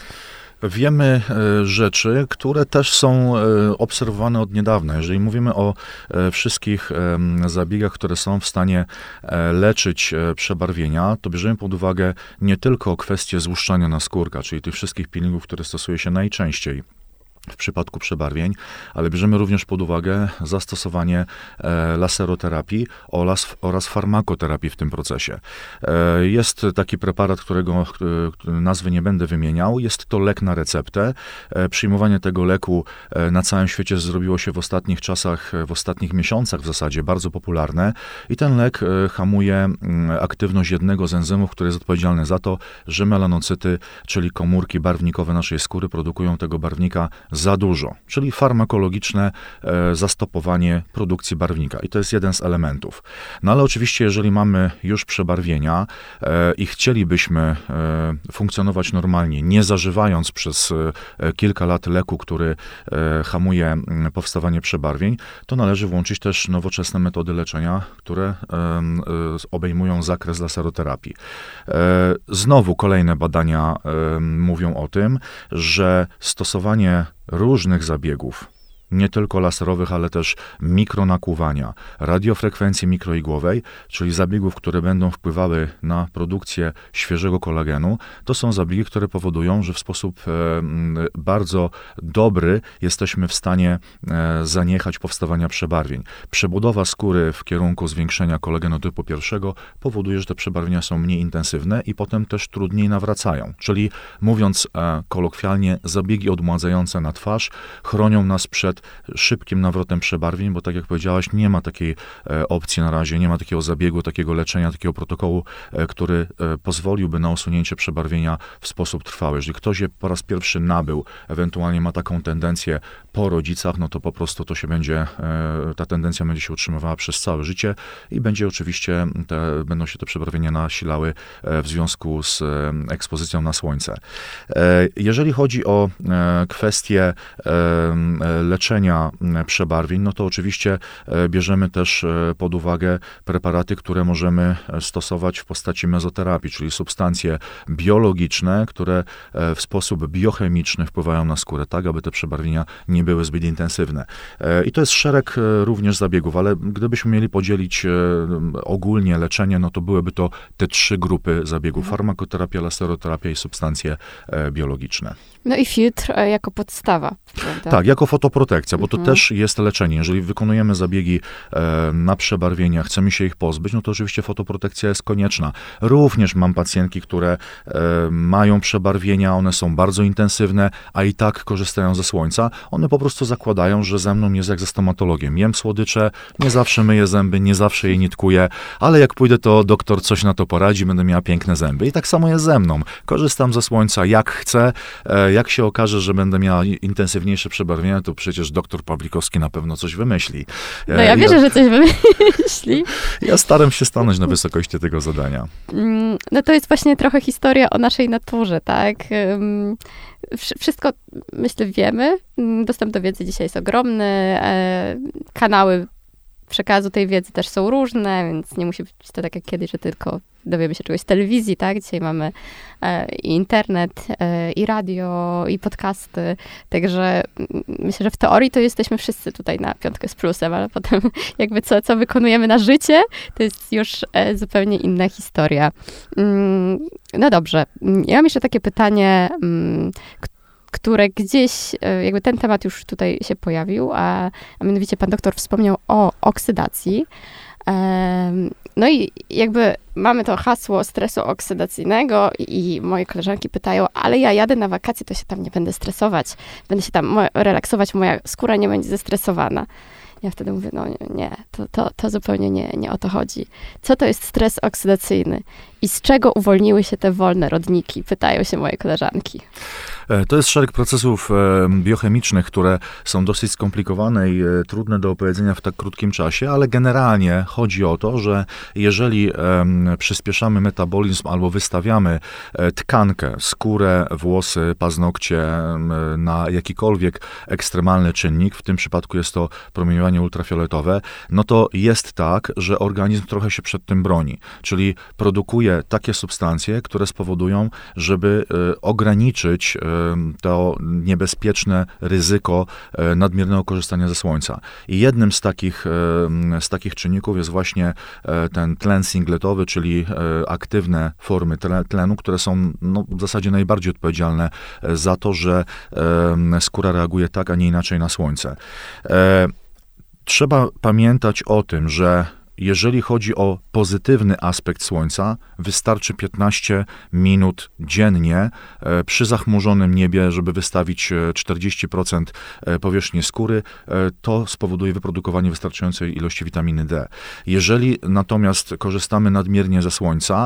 Wiemy e, rzeczy, które też są e, obserwowane od niedawna. Jeżeli mówimy o e, wszystkich e, zabiegach, które są w stanie e, leczyć e, przebarwienia, to bierzemy pod uwagę nie tylko kwestię złuszczania naskórka, czyli tych wszystkich peelingów, które stosuje się najczęściej w przypadku przebarwień, ale bierzemy również pod uwagę zastosowanie e, laseroterapii oraz, oraz farmakoterapii w tym procesie. E, jest taki preparat, którego e, nazwy nie będę wymieniał. Jest to lek na receptę. E, przyjmowanie tego leku e, na całym świecie zrobiło się w ostatnich czasach, w ostatnich miesiącach w zasadzie bardzo popularne i ten lek e, hamuje m, aktywność jednego z enzymów, który jest odpowiedzialny za to, że melanocyty, czyli komórki barwnikowe naszej skóry produkują tego barwnika za dużo, czyli farmakologiczne e, zastopowanie produkcji barwnika. I to jest jeden z elementów. No ale oczywiście, jeżeli mamy już przebarwienia e, i chcielibyśmy e, funkcjonować normalnie, nie zażywając przez e, kilka lat leku, który e, hamuje m, powstawanie przebarwień, to należy włączyć też nowoczesne metody leczenia, które e, e, obejmują zakres laseroterapii. E, znowu kolejne badania e, mówią o tym, że stosowanie różnych zabiegów, nie tylko laserowych, ale też mikronakłuwania, radiofrekwencji mikroigłowej, czyli zabiegów, które będą wpływały na produkcję świeżego kolagenu, to są zabiegi, które powodują, że w sposób e, bardzo dobry jesteśmy w stanie e, zaniechać powstawania przebarwień. Przebudowa skóry w kierunku zwiększenia kolagenu typu pierwszego powoduje, że te przebarwienia są mniej intensywne i potem też trudniej nawracają. Czyli mówiąc e, kolokwialnie, zabiegi odmładzające na twarz chronią nas przed szybkim nawrotem przebarwień, bo tak jak powiedziałaś, nie ma takiej e, opcji na razie, nie ma takiego zabiegu, takiego leczenia, takiego protokołu, e, który e, pozwoliłby na usunięcie przebarwienia w sposób trwały. Jeżeli ktoś je po raz pierwszy nabył, ewentualnie ma taką tendencję po rodzicach, no to po prostu to się będzie, e, ta tendencja będzie się utrzymywała przez całe życie i będzie oczywiście, te, będą się te przebarwienia nasilały e, w związku z e, ekspozycją na słońce. E, jeżeli chodzi o e, kwestię e, leczenia przebarwień, no to oczywiście bierzemy też pod uwagę preparaty, które możemy stosować w postaci mezoterapii, czyli substancje biologiczne, które w sposób biochemiczny wpływają na skórę, tak aby te przebarwienia nie były zbyt intensywne. I to jest szereg również zabiegów, ale gdybyśmy mieli podzielić ogólnie leczenie, no to byłyby to te trzy grupy zabiegów: farmakoterapia, laseroterapia i substancje biologiczne. No i filtr jako podstawa, prawda? Tak, jako fotoprotekcja, bo to Mhm. też jest leczenie. Jeżeli wykonujemy zabiegi e, na przebarwienia, chcemy się ich pozbyć, no to oczywiście fotoprotekcja jest konieczna. Również mam pacjentki, które e, mają przebarwienia, one są bardzo intensywne, a i tak korzystają ze słońca. One po prostu zakładają, że ze mną jest jak ze stomatologiem. Jem słodycze, nie zawsze myję zęby, nie zawsze je nitkuję, ale jak pójdę, to doktor coś na to poradzi, będę miała piękne zęby. I tak samo jest ze mną. Korzystam ze słońca jak chcę. E, jak się okaże, że będę miała intensywniejsze przebarwienia, to przecież doktor Pawlikowski na pewno coś wymyśli. No ja wierzę, ja, że coś wymyśli. Ja staram się stanąć na wysokości tego zadania. No to jest właśnie trochę historia o naszej naturze, tak? Wszystko, myślę, wiemy. Dostęp do wiedzy dzisiaj jest ogromny. Kanały przekazu tej wiedzy też są różne, więc nie musi być to tak jak kiedyś, że tylko dowiemy się czegoś z telewizji, tak? Dzisiaj mamy e, i internet, e, i radio, i podcasty, także myślę, że w teorii to jesteśmy wszyscy tutaj na piątkę z plusem, ale potem jakby co, co wykonujemy na życie, to jest już e, zupełnie inna historia. Mm, no dobrze, ja mam jeszcze takie pytanie, mm, które gdzieś, jakby ten temat już tutaj się pojawił, a, a mianowicie pan doktor wspomniał o oksydacji. No i jakby mamy to hasło stresu oksydacyjnego i moje koleżanki pytają, ale ja jadę na wakacje, to się tam nie będę stresować, będę się tam relaksować, moja skóra nie będzie zestresowana. Ja wtedy mówię, no nie, to, to, to zupełnie nie, nie o to chodzi. Co to jest stres oksydacyjny? I z czego uwolniły się te wolne rodniki? Pytają się moje koleżanki. To jest szereg procesów biochemicznych, które są dosyć skomplikowane i trudne do opowiedzenia w tak krótkim czasie, ale generalnie chodzi o to, że jeżeli przyspieszamy metabolizm albo wystawiamy tkankę, skórę, włosy, paznokcie na jakikolwiek ekstremalny czynnik, w tym przypadku jest to promieniowanie ultrafioletowe, no to jest tak, że organizm trochę się przed tym broni, czyli produkuje takie substancje, które spowodują, żeby ograniczyć to niebezpieczne ryzyko nadmiernego korzystania ze słońca. I jednym z takich, z takich czynników jest właśnie ten tlen singletowy, czyli aktywne formy tlenu, które są no, w zasadzie najbardziej odpowiedzialne za to, że skóra reaguje tak, a nie inaczej na słońce. Trzeba pamiętać o tym, że jeżeli chodzi o pozytywny aspekt słońca, wystarczy piętnaście minut dziennie przy zachmurzonym niebie, żeby wystawić czterdzieści procent powierzchni skóry. To spowoduje wyprodukowanie wystarczającej ilości witaminy D. Jeżeli natomiast korzystamy nadmiernie ze słońca,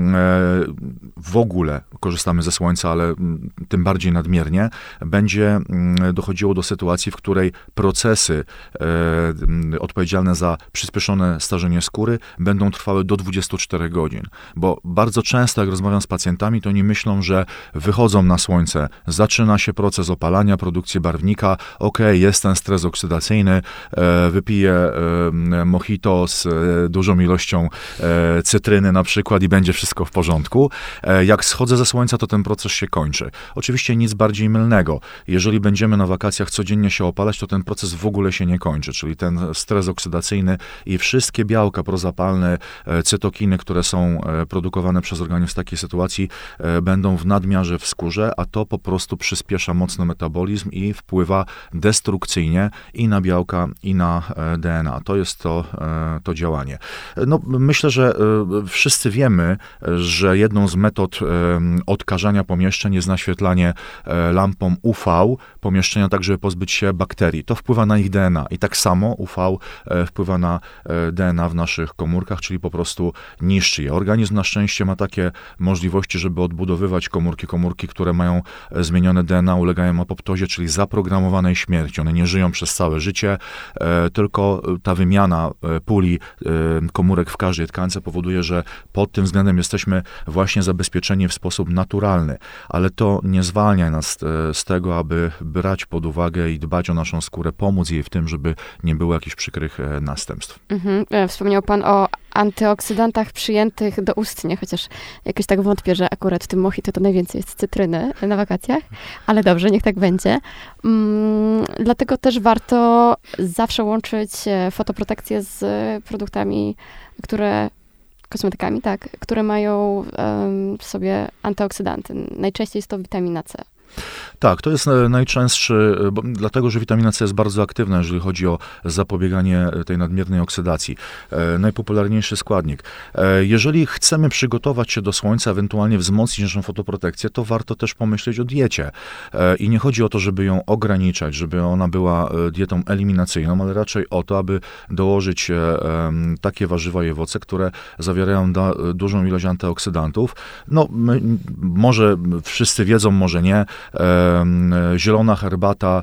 w ogóle korzystamy ze słońca, ale tym bardziej nadmiernie, będzie dochodziło do sytuacji, w której procesy odpowiedzialne za przyspieszone starzenie skóry będą trwały do dwudziestu czterech godzin. Bo bardzo często, jak rozmawiam z pacjentami, to oni myślą, że wychodzą na słońce, zaczyna się proces opalania, produkcji barwnika, ok, jest ten stres oksydacyjny, e, wypiję e, mojito z e, dużą ilością e, cytryny na przykład i będzie wszystko w porządku. E, jak schodzę ze słońca, to ten proces się kończy. Oczywiście nic bardziej mylnego. Jeżeli będziemy na wakacjach codziennie się opalać, to ten proces w ogóle się nie kończy, czyli ten stres oksydacyjny i wszystkie białka prozapalne, e, cytokiny, które są e, produkowane przez organizm w takiej sytuacji, e, będą w nadmiarze w skórze, a to po prostu przyspiesza mocno metabolizm i wpływa destrukcyjnie i na białka, i na e, D N A. To jest to, e, to działanie. No, myślę, że e, wszyscy wiemy, że jedną z metod e, odkażania pomieszczeń jest naświetlanie e, lampą U V pomieszczenia, tak żeby pozbyć się bakterii. To wpływa na ich D N A i tak samo U V e, wpływa na e, D N A w naszych komórkach, czyli po prostu niszczy je. Organizm na szczęście ma takie możliwości, żeby odbudowywać komórki, komórki, które mają zmienione D N A, ulegają apoptozie, czyli zaprogramowanej śmierci. One nie żyją przez całe życie, e, tylko ta wymiana e, puli e, komórek w każdej tkance powoduje, że pod tym względem jesteśmy właśnie zabezpieczeni w sposób naturalny, ale to nie zwalnia nas e, z tego, aby brać pod uwagę i dbać o naszą skórę, pomóc jej w tym, żeby nie było jakichś przykrych e, następstw. Mhm. Wspomniał pan o antyoksydantach przyjętych doustnie, chociaż jakoś tak wątpię, że akurat w tym mojito to najwięcej jest cytryny na wakacjach, ale dobrze, niech tak będzie. Mm, dlatego też warto zawsze łączyć fotoprotekcję z produktami, które, kosmetykami, tak, które mają um, w sobie antyoksydanty. Najczęściej jest to witamina C. Tak, to jest najczęstszy, bo, dlatego, że witamina C jest bardzo aktywna, jeżeli chodzi o zapobieganie tej nadmiernej oksydacji. E, najpopularniejszy składnik. E, jeżeli chcemy przygotować się do słońca, ewentualnie wzmocnić naszą fotoprotekcję, to warto też pomyśleć o diecie. E, I nie chodzi o to, żeby ją ograniczać, żeby ona była dietą eliminacyjną, ale raczej o to, aby dołożyć e, takie warzywa i owoce, które zawierają da, dużą ilość antyoksydantów. No, my, może wszyscy wiedzą, może nie. Zielona herbata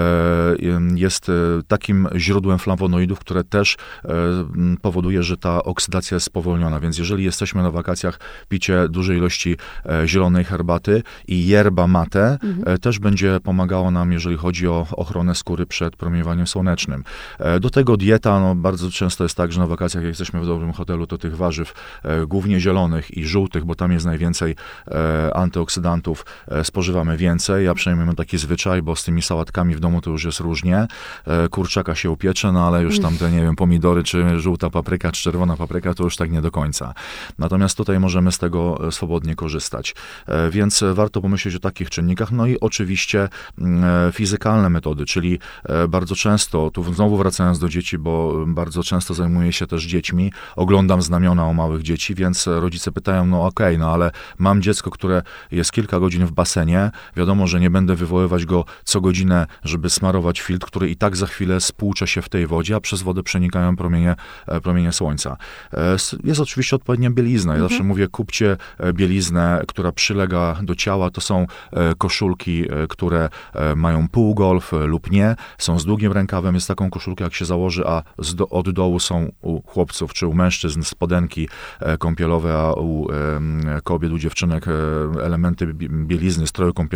jest takim źródłem flawonoidów, które też powoduje, że ta oksydacja jest spowolniona. Więc jeżeli jesteśmy na wakacjach, picie dużej ilości zielonej herbaty i yerba mate mhm. też będzie pomagało nam, jeżeli chodzi o ochronę skóry przed promieniowaniem słonecznym. Do tego dieta, no bardzo często jest tak, że na wakacjach, jak jesteśmy w dobrym hotelu, to tych warzyw, głównie zielonych i żółtych, bo tam jest najwięcej antyoksydantów, spożywamy więcej. Ja przynajmniej mam taki zwyczaj, bo z tymi sałatkami w domu to już jest różnie. Kurczaka się upiecze, no ale już tam te, nie wiem, pomidory, czy żółta papryka, czy czerwona papryka, to już tak nie do końca. Natomiast tutaj możemy z tego swobodnie korzystać. Więc warto pomyśleć o takich czynnikach. No i oczywiście fizykalne metody, czyli bardzo często, tu znowu wracając do dzieci, bo bardzo często zajmuję się też dziećmi, oglądam znamiona o małych dzieci, więc rodzice pytają, no okej, okay, no ale mam dziecko, które jest kilka godzin w basenie, wiadomo, że nie będę wywoływać go co godzinę, żeby smarować filtr, który i tak za chwilę spłucze się w tej wodzie, a przez wodę przenikają promienie, promienie słońca. Jest oczywiście odpowiednia bielizna. Ja mhm. zawsze mówię, kupcie bieliznę, która przylega do ciała. To są koszulki, które mają półgolf lub nie. Są z długim rękawem. Jest taką koszulkę, jak się założy, a z do, od dołu są u chłopców czy u mężczyzn spodenki kąpielowe, a u kobiet, u dziewczynek elementy bielizny, stroju kąpielowego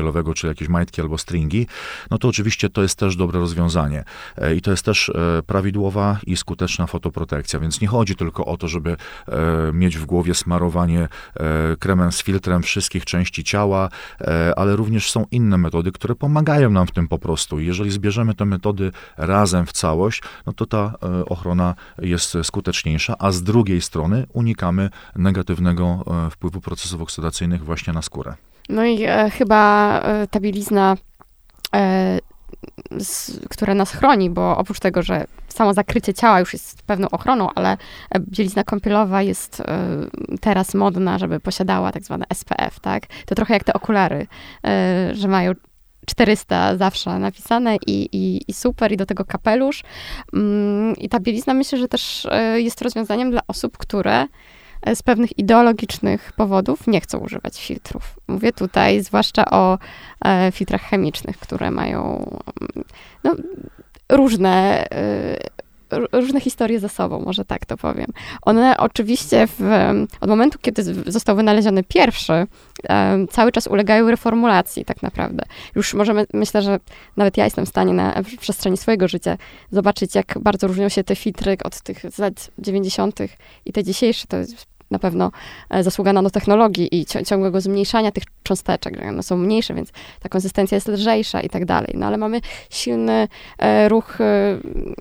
kąpielowego, czy jakieś majtki albo stringi, no to oczywiście to jest też dobre rozwiązanie. I to jest też prawidłowa i skuteczna fotoprotekcja, więc nie chodzi tylko o to, żeby mieć w głowie smarowanie kremem z filtrem wszystkich części ciała, ale również są inne metody, które pomagają nam w tym po prostu. I jeżeli zbierzemy te metody razem w całość, no to ta ochrona jest skuteczniejsza, a z drugiej strony unikamy negatywnego wpływu procesów oksydacyjnych właśnie na skórę. No i e, chyba e, ta bielizna, e, z, która nas chroni, bo oprócz tego, że samo zakrycie ciała już jest pewną ochroną, ale bielizna kąpielowa jest e, teraz modna, żeby posiadała tak zwane S P F, tak? To trochę jak te okulary, e, że mają czterysta zawsze napisane i, i, i super, i do tego kapelusz. Mm, I ta bielizna myślę, że też e, jest rozwiązaniem dla osób, które z pewnych ideologicznych powodów nie chcą używać filtrów. Mówię tutaj zwłaszcza o e, filtrach chemicznych, które mają no, różne, e, różne historie ze sobą, może tak to powiem. One oczywiście w, od momentu, kiedy został wynaleziony pierwszy, e, cały czas ulegają reformulacji tak naprawdę. Już możemy, myślę, że nawet ja jestem w stanie na w przestrzeni swojego życia zobaczyć, jak bardzo różnią się te filtry od tych z lat dziewięćdziesiątych i te dzisiejsze. To jest na pewno zasługa nanotechnologii i ciągłego zmniejszania tych cząsteczek. One są mniejsze, więc ta konsystencja jest lżejsza i tak dalej. No ale mamy silny e, ruch e,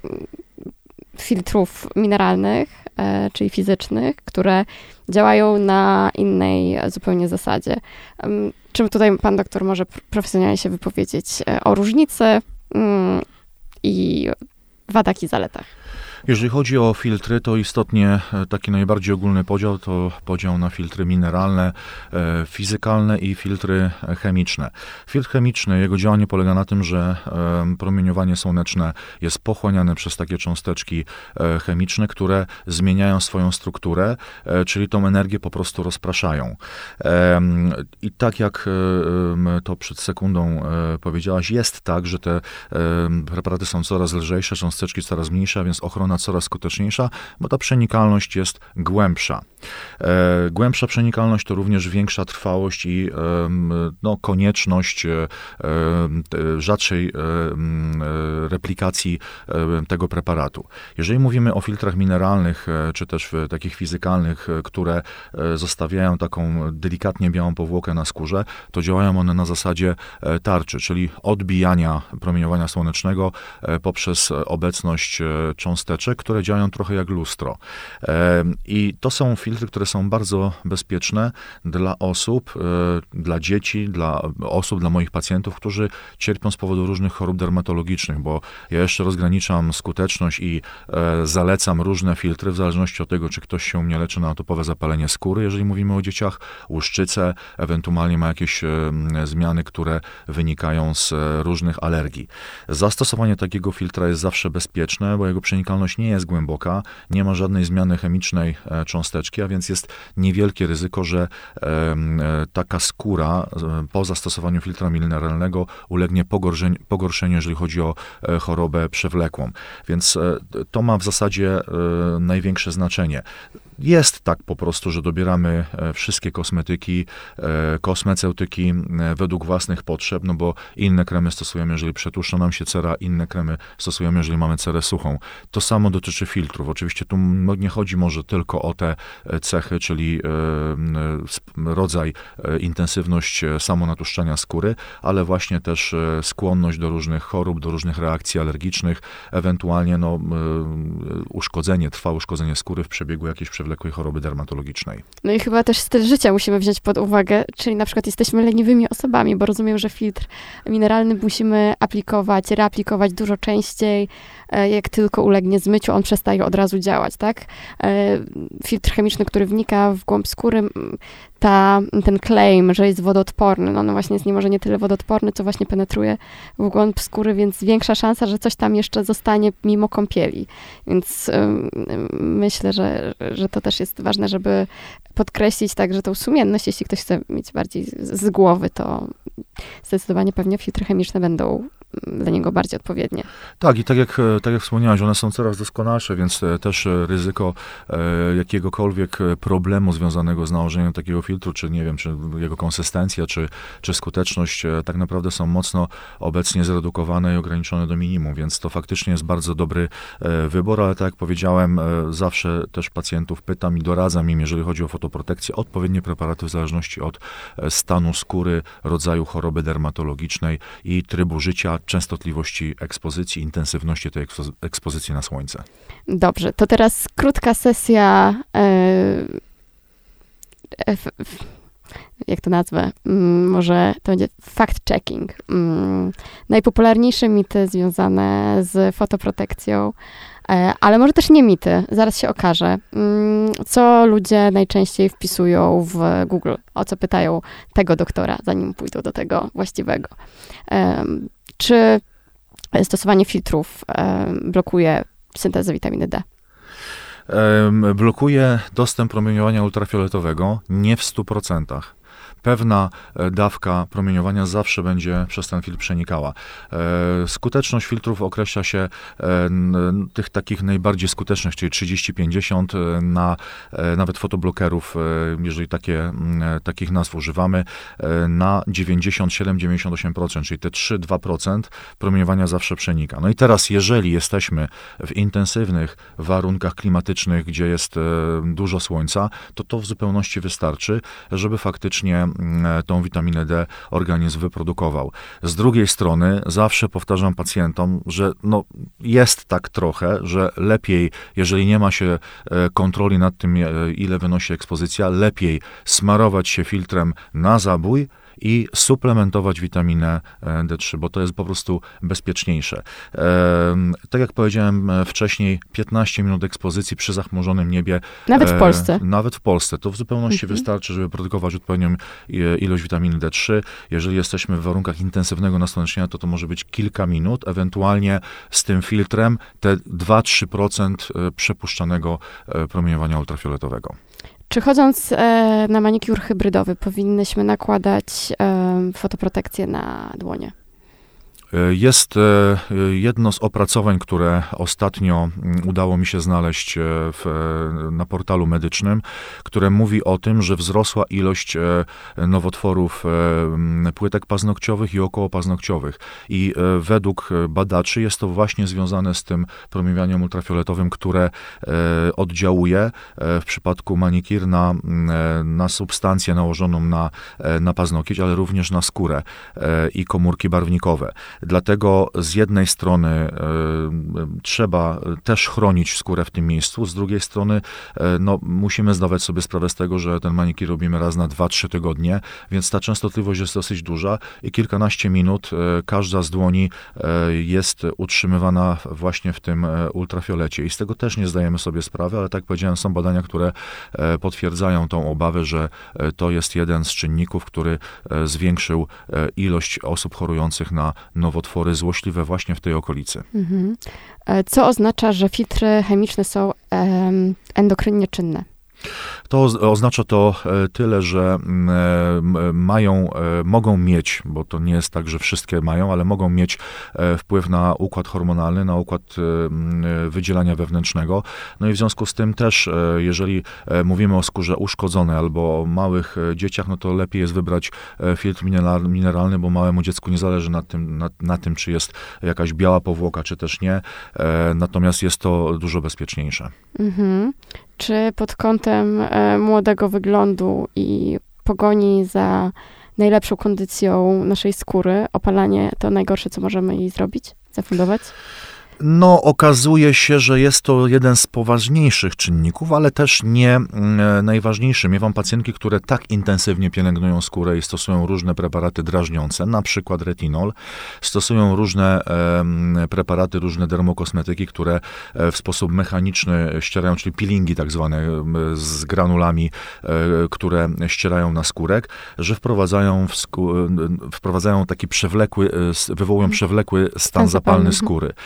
filtrów mineralnych, e, czyli fizycznych, które działają na innej zupełnie zasadzie. E, czym tutaj pan doktor może profesjonalnie się wypowiedzieć e, o różnicy mm, i wadach i zaletach? Jeżeli chodzi o filtry, to istotnie taki najbardziej ogólny podział to podział na filtry mineralne, e, fizykalne i filtry chemiczne. Filtr chemiczny, jego działanie polega na tym, że e, promieniowanie słoneczne jest pochłaniane przez takie cząsteczki e, chemiczne, które zmieniają swoją strukturę, e, czyli tą energię po prostu rozpraszają. E, I tak jak e, to przed sekundą e, powiedziałaś, jest tak, że te e, preparaty są coraz lżejsze, cząsteczki coraz mniejsze, a więc ochrona coraz skuteczniejsza, bo ta przenikalność jest głębsza. E, głębsza przenikalność to również większa trwałość i e, no, konieczność e, e, rzadszej e, e, replikacji e, tego preparatu. Jeżeli mówimy o filtrach mineralnych, e, czy też w takich fizykalnych, e, które e, zostawiają taką delikatnie białą powłokę na skórze, to działają one na zasadzie e, tarczy, czyli odbijania promieniowania słonecznego e, poprzez obecność e, cząsteczek, które działają trochę jak lustro. I to są filtry, które są bardzo bezpieczne dla osób, dla dzieci, dla osób, dla moich pacjentów, którzy cierpią z powodu różnych chorób dermatologicznych, bo ja jeszcze rozgraniczam skuteczność i zalecam różne filtry w zależności od tego, czy ktoś się u mnie leczy na atopowe zapalenie skóry, jeżeli mówimy o dzieciach, łuszczycę, ewentualnie ma jakieś zmiany, które wynikają z różnych alergii. Zastosowanie takiego filtra jest zawsze bezpieczne, bo jego przenikalność nie jest głęboka, nie ma żadnej zmiany chemicznej e, cząsteczki, a więc jest niewielkie ryzyko, że e, e, taka skóra e, po zastosowaniu filtra mineralnego ulegnie pogorszeniu, pogorszeniu jeżeli chodzi o e, chorobę przewlekłą. Więc e, to ma w zasadzie e, największe znaczenie. Jest tak po prostu, że dobieramy wszystkie kosmetyki, kosmeceutyki według własnych potrzeb, no bo inne kremy stosujemy, jeżeli przetłuszcza nam się cera, inne kremy stosujemy, jeżeli mamy cerę suchą. To samo dotyczy filtrów. Oczywiście tu nie chodzi może tylko o te cechy, czyli rodzaj, intensywność samonatuszczania skóry, ale właśnie też skłonność do różnych chorób, do różnych reakcji alergicznych, ewentualnie no, uszkodzenie, trwałe uszkodzenie skóry w przebiegu jakiejś przewlekłej choroby dermatologicznej. No i chyba też styl życia musimy wziąć pod uwagę, czyli na przykład jesteśmy leniwymi osobami, bo rozumiem, że filtr mineralny musimy aplikować, reaplikować dużo częściej, jak tylko ulegnie zmyciu, on przestaje od razu działać, tak? Filtr chemiczny, który wnika w głąb skóry, ta, ten claim, że jest wodoodporny, no, no właśnie jest nie może nie tyle wodoodporny, co właśnie penetruje w głąb skóry, więc większa szansa, że coś tam jeszcze zostanie mimo kąpieli. Więc um, myślę, że, że to też jest ważne, żeby podkreślić także tą sumienność. Jeśli ktoś chce mieć bardziej z, z głowy, to zdecydowanie pewnie filtry chemiczne będą dla niego bardziej odpowiednie. Tak, i tak jak, tak jak wspomniałeś, one są coraz doskonalsze, więc też ryzyko e, jakiegokolwiek problemu związanego z nałożeniem takiego filtru, czy nie wiem, czy jego konsystencja, czy, czy skuteczność, e, tak naprawdę są mocno obecnie zredukowane i ograniczone do minimum, więc to faktycznie jest bardzo dobry e, wybór, ale tak jak powiedziałem, e, zawsze też pacjentów pytam i doradzam im, jeżeli chodzi o fotoprotekcję, odpowiednie preparaty w zależności od e, stanu skóry, rodzaju choroby dermatologicznej i trybu życia, częstotliwości ekspozycji, intensywności tej ekspo- ekspozycji na słońce. Dobrze, to teraz krótka sesja, e, f, f, jak to nazwę, mm, może to będzie fact-checking. Mm, najpopularniejsze mity związane z fotoprotekcją, e, ale może też nie mity, zaraz się okaże. Mm, co ludzie najczęściej wpisują w Google, o co pytają tego doktora, zanim pójdą do tego właściwego. E, czy stosowanie filtrów e, blokuje syntezę witaminy D? Blokuje dostęp promieniowania ultrafioletowego nie w stu procentach. Pewna dawka promieniowania zawsze będzie przez ten filtr przenikała. Skuteczność filtrów określa się tych takich najbardziej skutecznych, czyli trzydzieści pięćdziesiąt na nawet fotoblokerów, jeżeli takie, takich nazw używamy, na dziewięćdziesiąt siedem do dziewięćdziesięciu ośmiu procent, czyli te trzy do dwóch procent promieniowania zawsze przenika. No i teraz, jeżeli jesteśmy w intensywnych warunkach klimatycznych, gdzie jest dużo słońca, to to w zupełności wystarczy, żeby faktycznie tą witaminę D organizm wyprodukował. Z drugiej strony zawsze powtarzam pacjentom, że no jest tak trochę, że lepiej, jeżeli nie ma się kontroli nad tym, ile wynosi ekspozycja, lepiej smarować się filtrem na zabój i suplementować witaminę D trzy, bo to jest po prostu bezpieczniejsze. E, tak jak powiedziałem wcześniej, piętnaście minut ekspozycji przy zachmurzonym niebie. Nawet w Polsce. E, nawet w Polsce. To w zupełności mhm. wystarczy, żeby produkować odpowiednią ilość witaminy D trzy. Jeżeli jesteśmy w warunkach intensywnego nasłonecznienia, to to może być kilka minut, ewentualnie z tym filtrem te dwa do trzech procent przepuszczanego promieniowania ultrafioletowego. Czy chodząc e, na manikur hybrydowy powinnyśmy nakładać e, fotoprotekcję na dłonie? Jest jedno z opracowań, które ostatnio udało mi się znaleźć w, na portalu medycznym, które mówi o tym, że wzrosła ilość nowotworów płytek paznokciowych i okołopaznokciowych. I według badaczy jest to właśnie związane z tym promieniowaniem ultrafioletowym, które oddziałuje w przypadku manikir na, na substancję nałożoną na, na paznokieć, ale również na skórę i komórki barwnikowe. Dlatego z jednej strony e, trzeba też chronić skórę w tym miejscu, z drugiej strony e, no, musimy zdawać sobie sprawę z tego, że ten manikir robimy raz na dwa trzy tygodnie, więc ta częstotliwość jest dosyć duża i kilkanaście minut e, każda z dłoni e, jest utrzymywana właśnie w tym ultrafiolecie i z tego też nie zdajemy sobie sprawy, ale tak jak powiedziałem, są badania, które e, potwierdzają tą obawę, że e, to jest jeden z czynników, który e, zwiększył e, ilość osób chorujących na nowotwory złośliwe właśnie w tej okolicy. Mhm. Co oznacza, że filtry chemiczne są em, endokrynnie czynne? To oznacza to tyle, że mają, mogą mieć, bo to nie jest tak, że wszystkie mają, ale mogą mieć wpływ na układ hormonalny, na układ wydzielania wewnętrznego. No i w związku z tym też, jeżeli mówimy o skórze uszkodzonej albo o małych dzieciach, no to lepiej jest wybrać filtr mineralny, bo małemu dziecku nie zależy na tym, na, na tym, czy jest jakaś biała powłoka, czy też nie. Natomiast jest to dużo bezpieczniejsze. Mhm. Czy pod kątem e, młodego wyglądu i pogoni za najlepszą kondycją naszej skóry, opalanie to najgorsze, co możemy jej zrobić, zafundować? No, okazuje się, że jest to jeden z poważniejszych czynników, ale też nie e, najważniejszy. Miewam pacjentki, które tak intensywnie pielęgnują skórę i stosują różne preparaty drażniące, na przykład retinol, stosują różne e, preparaty, różne dermokosmetyki, które e, w sposób mechaniczny ścierają, czyli peelingi tak zwane e, z granulami, e, które ścierają na skórek, że wprowadzają, w skó- e, wprowadzają taki przewlekły, e, wywołują przewlekły stan zapalny skóry. I to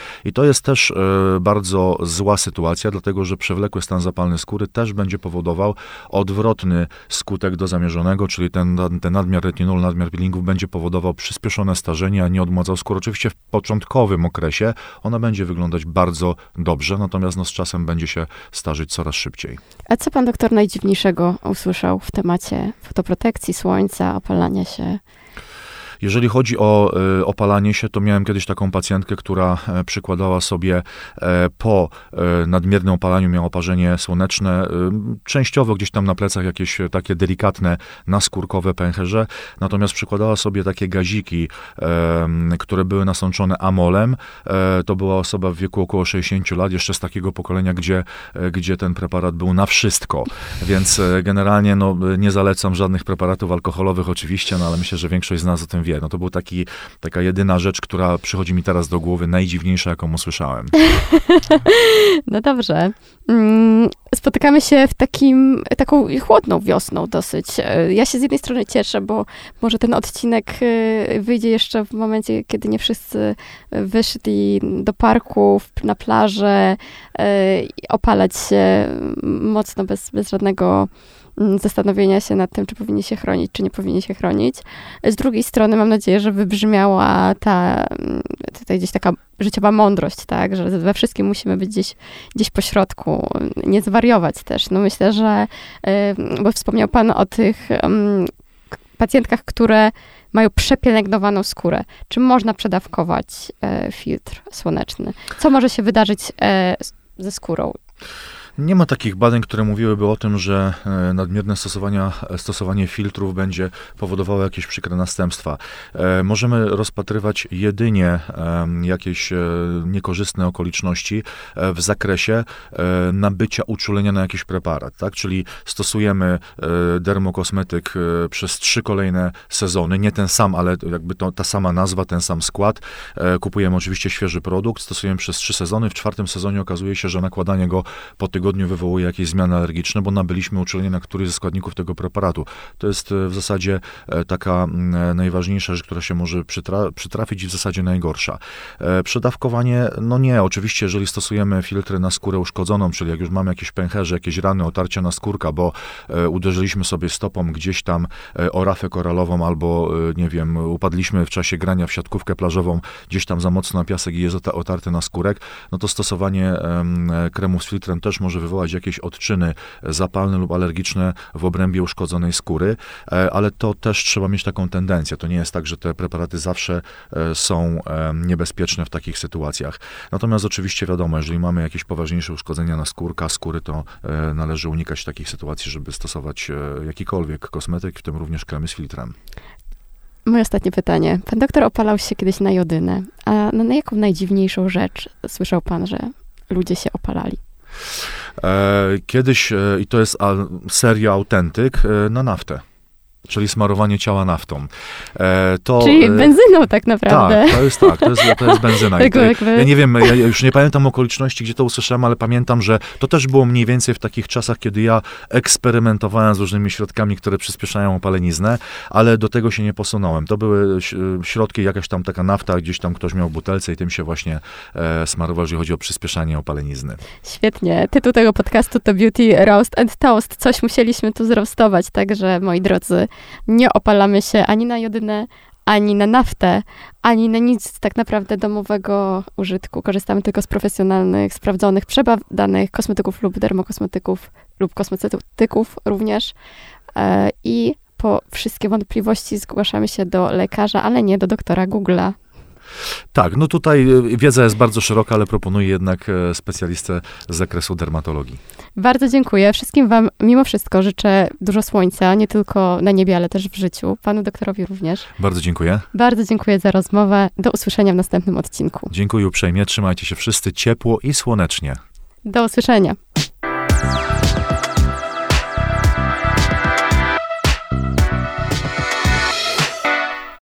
jest też e, bardzo zła sytuacja, dlatego że przewlekły stan zapalny skóry też będzie powodował odwrotny skutek do zamierzonego, czyli ten, ten nadmiar retinolu, nadmiar peelingów będzie powodował przyspieszone starzenie, a nie odmładzał skóry. Oczywiście w początkowym okresie ona będzie wyglądać bardzo dobrze, natomiast no, z czasem będzie się starzyć coraz szybciej. A co pan doktor najdziwniejszego usłyszał w temacie fotoprotekcji, słońca, opalania się? Jeżeli chodzi o y, opalanie się, to miałem kiedyś taką pacjentkę, która e, przykładała sobie e, po e, nadmiernym opalaniu, miała oparzenie słoneczne, e, częściowo gdzieś tam na plecach jakieś takie delikatne, naskórkowe pęcherze, natomiast przykładała sobie takie gaziki, e, które były nasączone amolem. E, to była osoba w wieku około sześćdziesięciu lat, jeszcze z takiego pokolenia, gdzie, e, gdzie ten preparat był na wszystko. Więc e, generalnie no, nie zalecam żadnych preparatów alkoholowych oczywiście, no ale myślę, że większość z nas o tym wie. No to była taka jedyna rzecz, która przychodzi mi teraz do głowy, najdziwniejsza, jaką usłyszałem. No dobrze. Spotykamy się w takim, taką chłodną wiosną dosyć. Ja się z jednej strony cieszę, bo może ten odcinek wyjdzie jeszcze w momencie, kiedy nie wszyscy wyszli do parków, na plażę, opalać się mocno bez, bez żadnego zastanowienia się nad tym, czy powinni się chronić, czy nie powinni się chronić. Z drugiej strony mam nadzieję, że wybrzmiała ta tutaj gdzieś taka życiowa mądrość, tak, że we wszystkim musimy być gdzieś, gdzieś po środku, nie zwariować też. No myślę, że, bo wspomniał pan o tych um, pacjentkach, które mają przepielęgnowaną skórę. Czy można przedawkować e, filtr słoneczny? Co może się wydarzyć e, ze skórą? Nie ma takich badań, które mówiłyby o tym, że nadmierne stosowania, stosowanie filtrów będzie powodowało jakieś przykre następstwa. Możemy rozpatrywać jedynie jakieś niekorzystne okoliczności w zakresie nabycia uczulenia na jakiś preparat, tak? Czyli stosujemy dermokosmetyk przez trzy kolejne sezony, nie ten sam, ale jakby to, ta sama nazwa, ten sam skład. Kupujemy oczywiście świeży produkt, stosujemy przez trzy sezony. W czwartym sezonie okazuje się, że nakładanie go po tygodniu wywołuje jakieś zmiany alergiczne, bo nabyliśmy uczulenie na któryś ze składników tego preparatu. To jest w zasadzie taka najważniejsza rzecz, która się może przytra- przytrafić i w zasadzie najgorsza. Przedawkowanie, no nie, oczywiście jeżeli stosujemy filtry na skórę uszkodzoną, czyli jak już mamy jakieś pęcherze, jakieś rany, otarcia na skórka, bo uderzyliśmy sobie stopą gdzieś tam o rafę koralową albo, nie wiem, upadliśmy w czasie grania w siatkówkę plażową gdzieś tam za mocno na piasek i jest otarty na skórek, no to stosowanie kremu z filtrem też może wywołać jakieś odczyny zapalne lub alergiczne w obrębie uszkodzonej skóry, ale to też trzeba mieć taką tendencję. To nie jest tak, że te preparaty zawsze są niebezpieczne w takich sytuacjach. Natomiast oczywiście wiadomo, jeżeli mamy jakieś poważniejsze uszkodzenia na skórka, skóry, to należy unikać takich sytuacji, żeby stosować jakikolwiek kosmetyk, w tym również kremy z filtrem. Moje ostatnie pytanie. Pan doktor opalał się kiedyś na jodynę. A na jaką najdziwniejszą rzecz słyszał pan, że ludzie się opalali? Kiedyś, i to jest seria autentyk, na naftę. Czyli smarowanie ciała naftą. E, to, Czyli benzyną tak naprawdę. Tak, to jest tak, to jest, to jest benzyna. I to, ja nie wiem, ja już nie pamiętam okoliczności, gdzie to usłyszałem, ale pamiętam, że to też było mniej więcej w takich czasach, kiedy ja eksperymentowałem z różnymi środkami, które przyspieszają opaleniznę, ale do tego się nie posunąłem. To były środki, jakaś tam taka nafta, gdzieś tam ktoś miał w butelce i tym się właśnie e, smarował, jeżeli chodzi o przyspieszanie opalenizny. Świetnie. Tytuł tego podcastu to Beauty Roast and Toast. Coś musieliśmy tu zroastować, także moi drodzy, nie opalamy się ani na jodynę, ani na naftę, ani na nic tak naprawdę domowego użytku. Korzystamy tylko z profesjonalnych, sprawdzonych, przebadanych kosmetyków lub dermokosmetyków lub kosmetyków również. I po wszystkie wątpliwości zgłaszamy się do lekarza, ale nie do doktora Google'a. Tak, no tutaj wiedza jest bardzo szeroka, ale proponuję jednak specjalistę z zakresu dermatologii. Bardzo dziękuję. Wszystkim wam mimo wszystko życzę dużo słońca, nie tylko na niebie, ale też w życiu. Panu doktorowi również. Bardzo dziękuję. Bardzo dziękuję za rozmowę. Do usłyszenia w następnym odcinku. Dziękuję uprzejmie. Trzymajcie się wszyscy ciepło i słonecznie. Do usłyszenia.